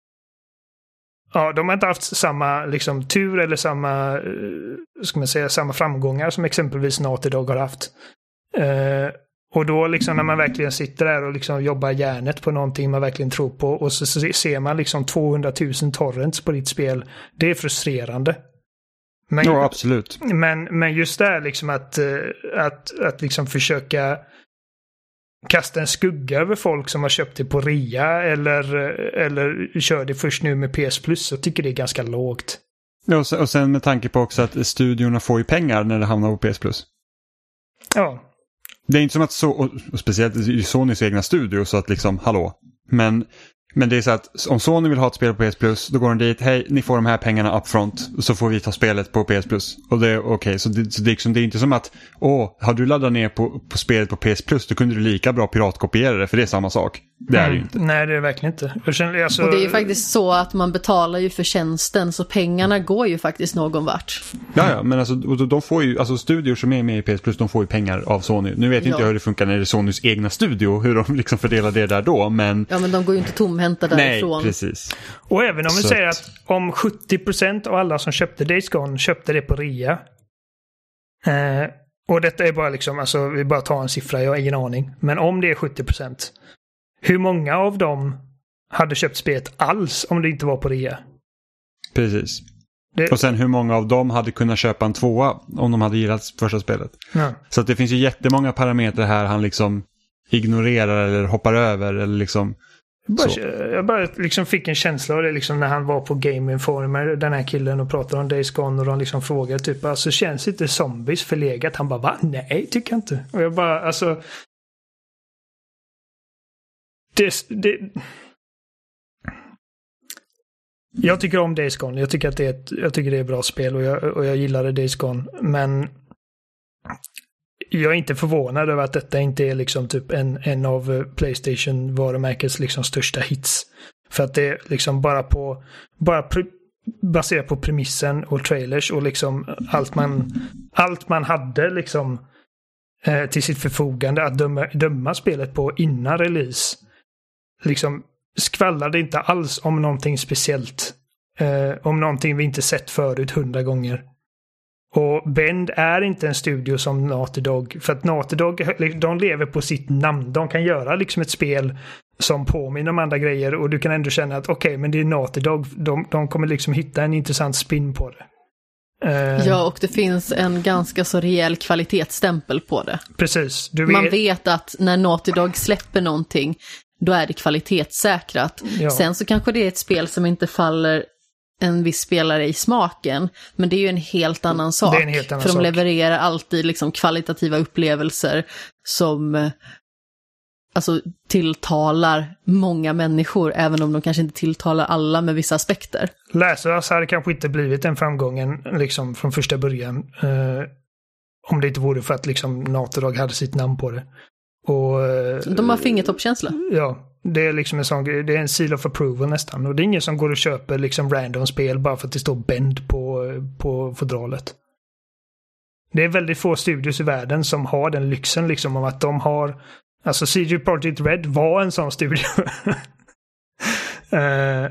ja, de har inte haft samma liksom tur eller samma, uh, ska man säga, samma framgångar som exempelvis Naughty Dog har haft. Uh, Och då liksom när man verkligen sitter där och liksom jobbar hjärnet på någonting man verkligen tror på, och så ser man liksom tvåhundratusen torrents på ditt spel, det är frustrerande. Men, ja, absolut. Men, men just det liksom att, att, att liksom försöka kasta en skugga över folk som har köpt det på rea eller, eller kör det först nu med P S Plus, så tycker det är ganska lågt. Ja, och sen, och sen med tanke på också att studiorna får ju pengar när det hamnar på P S Plus. Ja. Det är inte som att så, och speciellt i Sonys egna studio, så att liksom, hallå. Men, men det är så att om Sony vill ha ett spel på P S Plus, då går de dit, hej, ni får de här pengarna upfront, så får vi ta spelet på P S Plus. Och det är okej, okay. Så, det, så det, liksom, det är inte som att, åh, har du laddat ner på, på spelet på P S Plus, då kunde du lika bra piratkopiera det, för det är samma sak. Det är mm, det ju inte. Nej, det är verkligen inte. Jag känner, alltså... Och det är ju faktiskt så att man betalar ju för tjänsten, så pengarna går ju faktiskt någon vart. Ja, ja, men alltså, de får ju, alltså studior som är med i P S Plus, de får ju pengar av Sony. Nu vet ja. inte jag hur det funkar när det är Sonys egna studio, hur de liksom fördelar det där då, men... Ja, men de går ju inte tomhänta därifrån. Nej, precis. Och även om vi så säger att om sjuttio procent av alla som köpte Days Gone köpte det på rea, eh, och detta är bara liksom, alltså vi bara tar en siffra, jag har ingen aning. Men om det är sjuttio procent, hur många av dem hade köpt spelet alls om det inte var på rea? Precis. Det... Och sen hur många av dem hade kunnat köpa en tvåa om de hade gillat första spelet. Ja. Så att det finns ju jättemånga parametrar här han liksom ignorerar eller hoppar över eller liksom... Jag bara, jag bara liksom fick en känsla av det liksom när han var på Game Informer, den här killen, och pratade om Days Gone, och de liksom frågar typ, alltså känns inte zombies förlegat? Han bara, va? Nej, tycker jag inte. Och jag bara, alltså det, det... jag tycker om Days Gone. Jag tycker att det är ett, jag tycker det är ett bra spel, och jag, och jag gillade Days Gone, men jag är inte förvånad över att detta inte är liksom typ en, en av PlayStation-varumärkets liksom största hits. För att det är liksom bara på bara pr- baserat på premissen och trailers och liksom allt man allt man hade liksom eh, till sitt förfogande att döma, döma spelet på innan release. Liksom skvallrade inte alls om någonting speciellt. Eh, om någonting vi inte sett förut hundra gånger. Och Bend är inte en studio som Naughty Dog. För att Naughty Dog, de lever på sitt namn. De kan göra liksom ett spel som påminner om andra grejer. Och du kan ändå känna att okej, okay, men det är Naughty Dog. De, de kommer liksom hitta en intressant spin på det. Uh, ja, och det finns en ganska så rejäl kvalitetsstämpel på det. Precis. Du vet... Man vet att när Naughty Dog släpper någonting, då är det kvalitetssäkrat. Ja. Sen så kanske det är ett spel som inte faller en viss spelare i smaken, men det är ju en helt annan sak. Det är en helt annan för de sak. levererar alltid liksom kvalitativa upplevelser som alltså tilltalar många människor, även om de kanske inte tilltalar alla med vissa aspekter. Läsas hade kanske inte blivit den framgången liksom från första början eh, om det inte vore för att liksom Naughty Dog hade sitt namn på det. Och, eh, de har fingertoppkänsla. Ja, det är liksom en sån, det är en seal of approval nästan. Och det är ingen som går och köper liksom random spel bara för att det står Bend på, på fodralet. Det är väldigt få studios i världen som har den lyxen liksom om att de har, alltså C D Projekt Red var en sån studio. uh,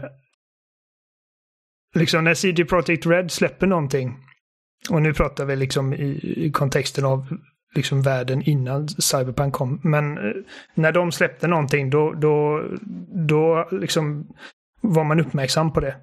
liksom när C D Projekt Red släpper någonting, och nu pratar vi liksom i, i kontexten av liksom världen innan Cyberpunk kom. Men eh, när de släppte någonting då, då, då liksom var man uppmärksam på det.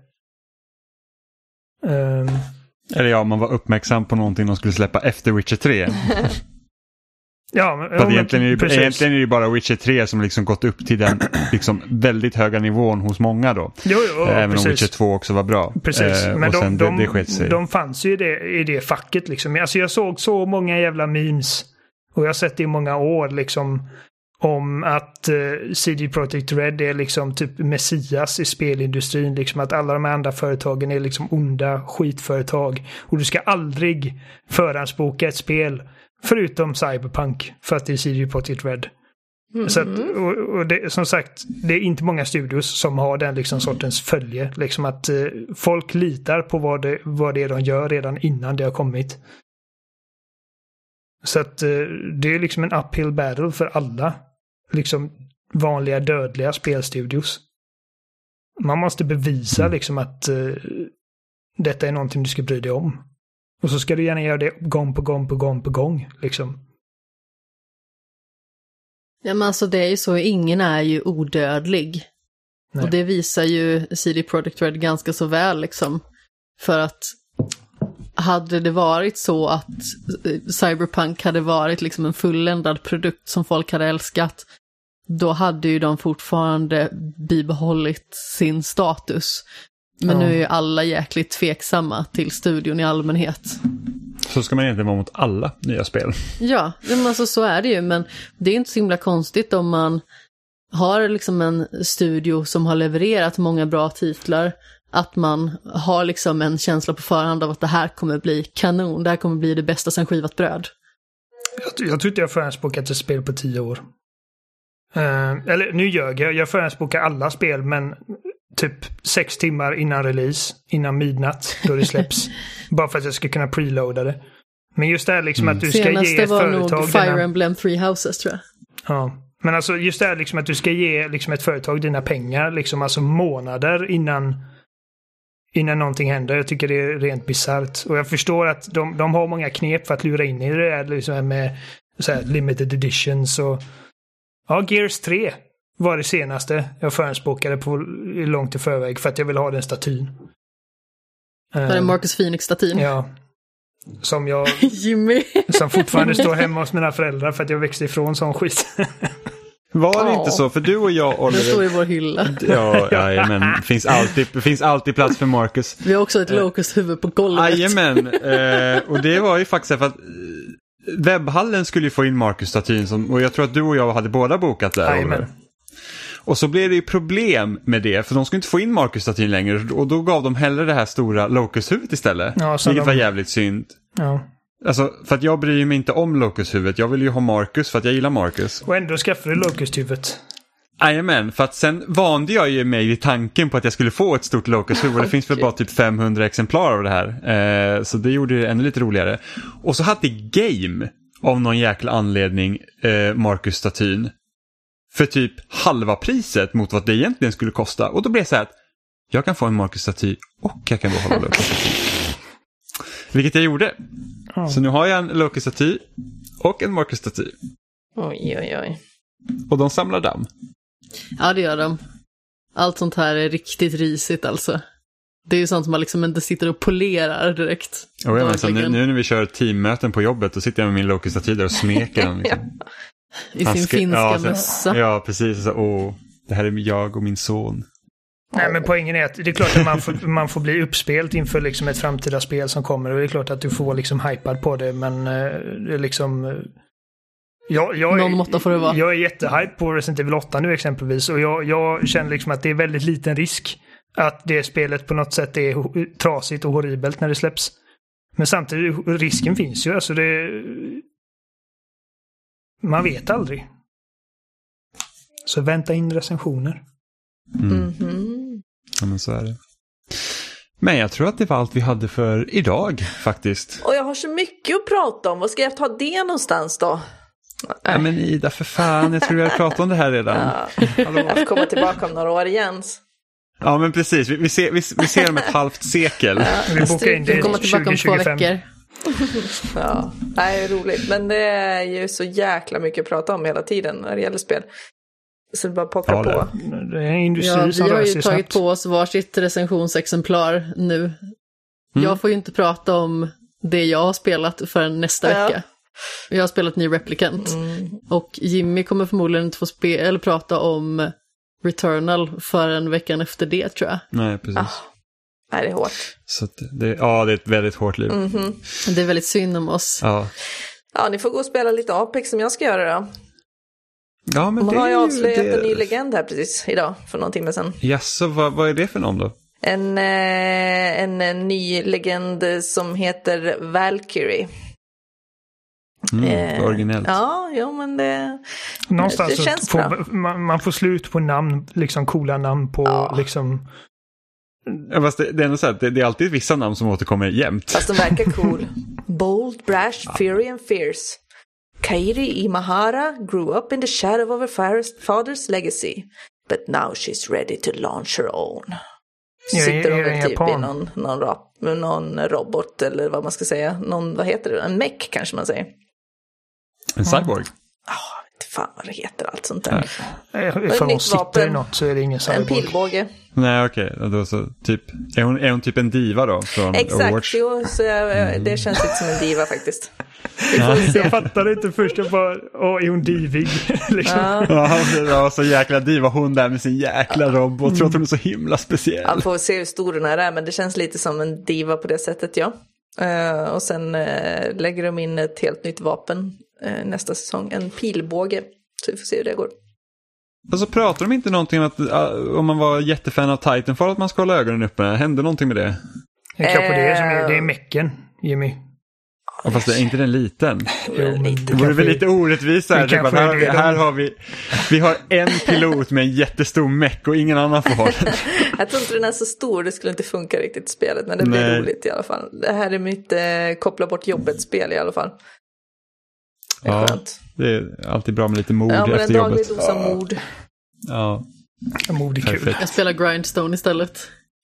Um, Eller ja, man var uppmärksam på någonting de skulle släppa efter Witcher tre. ja, men, ja, egentligen, är det, egentligen är det bara Witcher tre som liksom gått upp till den liksom väldigt höga nivån hos många då. Jo, jo, även precis. om Witcher två också var bra. Precis, eh, men de, det, de, det de fanns ju i det, i det facket liksom. Alltså jag såg så många jävla memes, och jag har sett det i många år liksom, om att uh, C D Projekt Red är liksom typ messias i spelindustrin, liksom att alla de andra företagen är liksom onda skitföretag, och du ska aldrig förhandsboka ett spel förutom Cyberpunk för att det är C D Projekt Red. Mm. Så att, och, och det, som sagt, det är inte många studios som har den liksom sortens följe, liksom att uh, folk litar på vad det, vad det är de gör redan innan det har kommit. Så att uh, det är liksom en uphill battle för alla liksom vanliga dödliga spelstudios. Man måste bevisa liksom att uh, detta är någonting du ska bry dig om. Och så ska du gärna göra det gång på gång på gång på gång liksom. Ja, men alltså det är ju så, ingen är ju odödlig. Nej. Och det visar ju C D Projekt Red ganska så väl liksom. För att hade det varit så att Cyberpunk hade varit liksom en fulländad produkt som folk hade älskat, då hade ju de fortfarande bibehållit sin status. Men ja. Nu är ju alla jäkligt tveksamma till studion i allmänhet. Så ska man egentligen vara mot alla nya spel. Ja, men alltså så är det ju. Men det är inte så himla konstigt om man har liksom en studio som har levererat många bra titlar, att man har liksom en känsla på förhand av att det här kommer bli kanon. Det här kommer bli det bästa sen skivat bröd. Jag, jag tror inte jag förhandsbokat ett spel på tio år. Uh, eller nu ljög jag. Jag förhandsbokar alla spel, men typ sex timmar innan release, innan midnatt, då det släpps. Bara för att jag ska kunna preloada det. Men just det här liksom mm. att du ska Senaste ge ett var företag... nog Fire denna... Emblem Three Houses, tror jag. Ja, men alltså just det här liksom att du ska ge liksom ett företag dina pengar liksom alltså månader innan innan någonting händer. Jag tycker det är rent bizarrt. Och jag förstår att de, de har många knep för att lura in i det där liksom med så här limited editions och ja, Gears tre var det senaste jag förespråkade på långt i förväg för att jag vill ha den statyn. Det är Marcus Phoenix-statyn. Ja. Som jag Jimmy. Som fortfarande står hemma hos mina föräldrar för att jag växte ifrån sån skit. Var det oh. inte så? För du och jag, Oliver... Det står i vår hylla. Ja, ja men finns alltid, finns alltid plats för Marcus. Vi har också ett Locust-huvud på golvet. Jajamän. Eh, och det var ju faktiskt för att webbhallen skulle ju få in Marcus-statyn som, och jag tror att du och jag hade båda bokat där. Jajamän. Och så blev det ju problem med det, för de skulle inte få in Marcus-statyn längre, och då gav de hellre det här stora Locust-huvudet istället. Ja, vilket de... var jävligt synd. Ja. Alltså, för att jag bryr mig inte om Locust-huvudet. Jag vill ju ha Marcus för att jag gillar Marcus. Och ändå skaffade du Locust-huvudet. Jajamän, för att sen vande jag ju mig i tanken på att jag skulle få ett stort Locust-huvud. Det finns väl bara typ femhundra exemplar av det här. Eh, så det gjorde det ännu lite roligare. Och så hade Game av någon jäkla anledning eh, Marcus-statyn för typ halva priset mot vad det egentligen skulle kosta. Och då blev det så här att jag kan få en Marcus-staty och jag kan behålla Locust-staty. Vilket jag gjorde. Oh. Så nu har jag en Locust-staty och en Marcus-staty. Oj, oj, oj. Och de samlar damm. Ja, det gör de. Allt sånt här är riktigt risigt alltså. Det är ju sånt som man liksom inte sitter och polerar direkt. Oh, ja, men så nu, nu när vi kör teammöten på jobbet, då sitter jag med min Locust-staty där och smeker den. Liksom. I sin ska, finska ja, mössa. Ja, precis. Så, åh, det här är jag och min son. Nej, men poängen är att det är klart att man får, man får bli uppspelt inför liksom ett framtida spel som kommer, och det är klart att du får liksom hypad på det, men eh, det är liksom eh, jag, jag, någon måtta får det vara. Jag är jättehype på Resident Evil åtta nu exempelvis, och jag, jag känner liksom att det är väldigt liten risk att det spelet på något sätt är trasigt och horribelt när det släpps. Men samtidigt, risken finns ju, alltså det man vet aldrig. Så vänta in recensioner. Mm. Mm-hmm. Ja, men så är det. Men jag tror att det var allt vi hade för idag faktiskt. Och jag har så mycket att prata om. Vad ska jag ta det någonstans då? Ja, men Ida, för fan, jag tror vi har pratat om det här redan. Ja. Jag får komma tillbaka om några år igen. Ja, men precis. Vi, vi, ser, vi, vi ser om ett halvt sekel. Ja, vi bokar in det vi kommer tillbaka om två veckor. Ja, det är roligt. Men det är ju så jäkla mycket att prata om hela tiden när det gäller spel. Så det bara pockar ja, på. Det är en industri ja, som vi har ju tagit snabbt på oss varsitt recensionsexemplar nu. Mm. Jag får ju inte prata om det jag har spelat förrän nästa ja. vecka. Jag har spelat ny Replicant. Mm. Och Jimmy kommer förmodligen inte få spe- eller prata om Returnal förrän veckan efter det, tror jag. Nej, precis. Ah. Nej, det är hårt. Så det, ja, det är ett väldigt hårt liv. Mm-hmm. Det är väldigt synd om oss. Ja. Ja, ni får gå och spela lite Apex som jag ska göra då. Ja, men man det har ju avslöjat det... en ny legend här precis idag, för någon timme sedan. Jaså, vad, vad är det för någon då? En, eh, en, en ny legend som heter Valkyrie. Mm, eh, originellt. Ja, ja, men det, någonstans det känns får, bra. Man, man får slut på namn, liksom coola namn på ja. liksom... Ja, fast det, det är ändå så här, det, det är alltid vissa namn som återkommer jämt. Fast de verkar cool. Bold, brash, ja. Fury and fierce. Kairi Imahara grew up in the shadow of her father's legacy, but now she's ready to launch her own. Sitter hon väl typ i någon, någon, rap, någon robot eller vad man ska säga. Någon, vad heter det? En mech kanske man säger. En cyborg? Ja, oh, jag vet fan vad det heter allt sånt där. Ifall hon sitter i något så är det ingen cyborg. En pilbåge. Nej, okej. Okay. Då så typ, är, hon, är hon typ en diva då? Från Exakt, Overwatch? jo, så jag, det känns lite som en diva faktiskt. Ja. Jag fattade inte först, jag bara, åh, är hon divig? liksom. Ja, ja, ja, så jäkla diva hon där med sin jäkla ja. robot. Mm. Tror att hon är så himla speciell. Man får se hur stor den är, men det känns lite som en diva på det sättet, ja. Uh, och sen uh, lägger de in ett helt nytt vapen uh, nästa säsong, en pilbåge. Så vi får se hur det går. Och så pratar de inte någonting om att uh, om man var jättefan av Titanfall att man ska hålla ögonen uppe. Hände någonting med det? Det är kanske uh, det som är, det är mecken, Jimmy. Ja, fast är inte den liten? Jo, men det vore väl lite orättvist här. Typ här, det, här har vi vi har en pilot med en jättestor meck och ingen annan får ha den. Jag tror inte den är så stor, det skulle inte funka riktigt i spelet, men det blir Nej. roligt i alla fall. Det här är mitt eh, koppla bort jobbet-spel i alla fall. Det är ja, skönt. Det är alltid bra med lite mod ja, efter jobbet. Ja, men en daglig dos av mod. Ja. Mod är kul. Jag spelar Grindstone istället.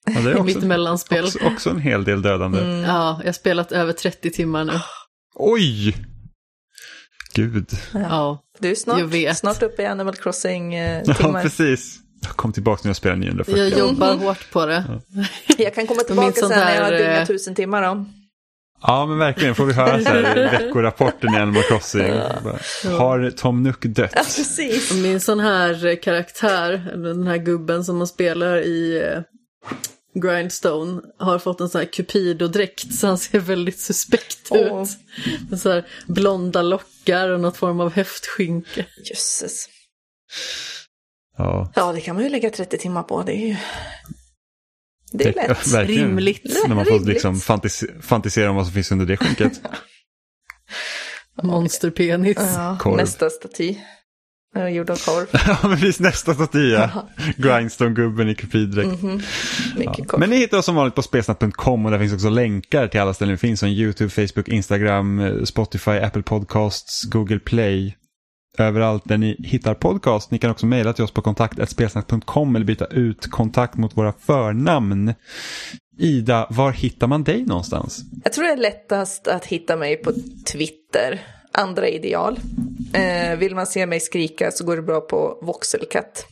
Ja, det är också, mitt mellanspel. Också, också en hel del dödande. Mm. Ja, jag har spelat över trettio timmar nu. Oj! Gud. Ja, ja du är snart, jag vet. snart uppe i Animal Crossing-timmar. Ja, precis. Jag kom tillbaka när jag spelade niohundrafyrtio. Jag jobbar mm. hårt på det. Ja. Jag kan komma tillbaka sen när jag har dyngat tusen timmar då. Ja, men verkligen. Får vi höra så här veckorapporten i Animal Crossing. Ja. Har Tom Nook dött? Ja, precis. Min sån här karaktär, den här gubben som man spelar i Grindstone, har fått en sån här Cupido-dräkt, så han ser väldigt suspekt oh. ut. Med så här blonda lockar och något form av höftskynke. Jösses. Ja. Ja, det kan man ju lägga trettio timmar på. Det är ju... Det är det, lätt. Verkligen. Rimligt. När man får liksom fantis- fantisera om vad som finns under det skynket. Monsterpenis. Ja, nästa staty. Jag gjorde en korv. Ja, men precis, nästa staty, ja. Grindstone-gubben i Cupid-dräkt. Mm-hmm. Mycket ja. korv. Men ni hittar oss som vanligt på spelsnack punkt com och där finns också länkar till alla ställen det finns som YouTube, Facebook, Instagram, Spotify, Apple Podcasts, Google Play. Överallt där ni hittar podcast. Ni kan också mejla till oss på kontakt at spelsnack punkt com eller byta ut kontakt mot våra förnamn. Ida, var hittar man dig någonstans? Jag tror det är lättast att hitta mig på Twitter. Andra ideal. Eh, vill man se mig skrika så går det bra på Voxelkatt.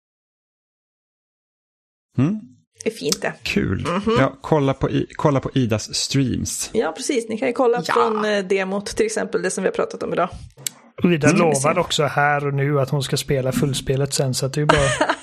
Mm. Det är fint det. Kul. Mm-hmm. Ja, kolla på, kolla på Idas streams. Ja, precis. Ni kan ju kolla ja. från eh, demot, till exempel det som vi har pratat om idag. Ida mm. lovar också här och nu att hon ska spela fullspelet sen, så att det är bara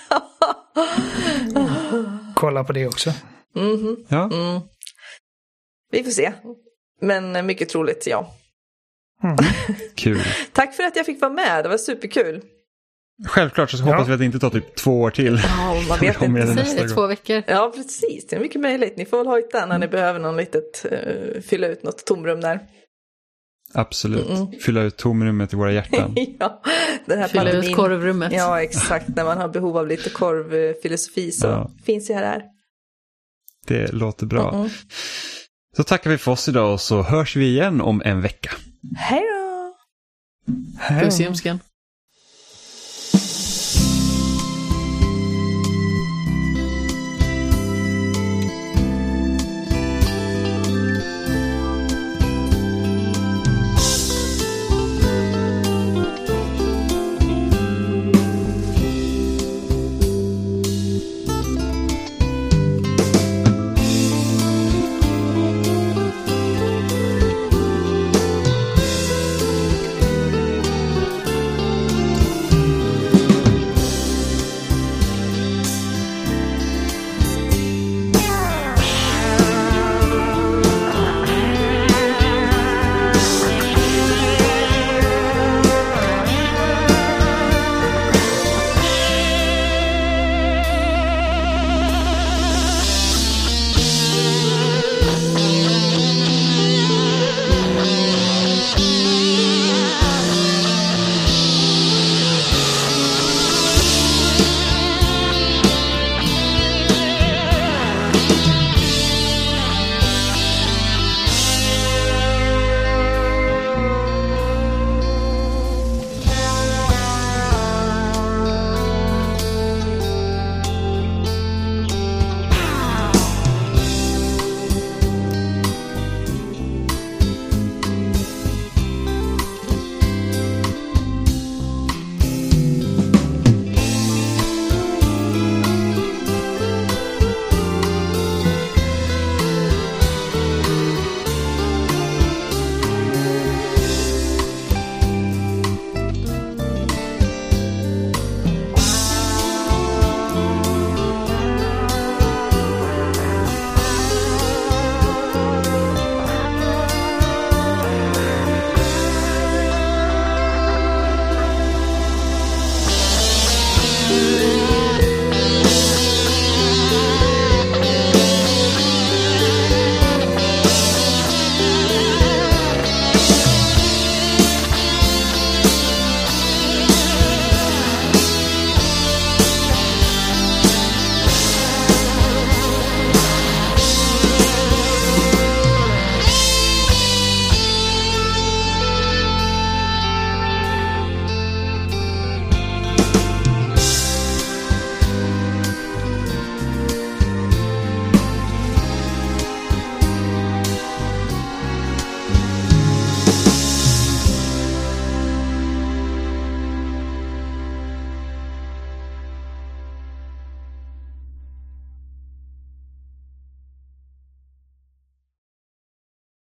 kolla på det också. Mm-hmm. Ja. Mm. Vi får se. Men mycket troligt, ja. Mm. Kul. Tack för att jag fick vara med, det var superkul. Självklart, så hoppas ja. vi att det inte tar typ två år till. Ja, man vet inte. Säg det, två veckor. Ja, precis. Det är mycket möjligt. Ni får väl hojta när ni behöver någon litet, uh, fylla ut något tomrum där. Absolut. Mm. Fylla ut tomrummet i våra hjärtan. Ja, den här Fylla pandemin. ut korvrummet. Ja, exakt. När man har behov av lite korvfilosofi så ja. finns jag här. Det låter bra. Mm-mm. Så tackar vi för oss idag och så hörs vi igen om en vecka. Hej då! Puss i ömskan.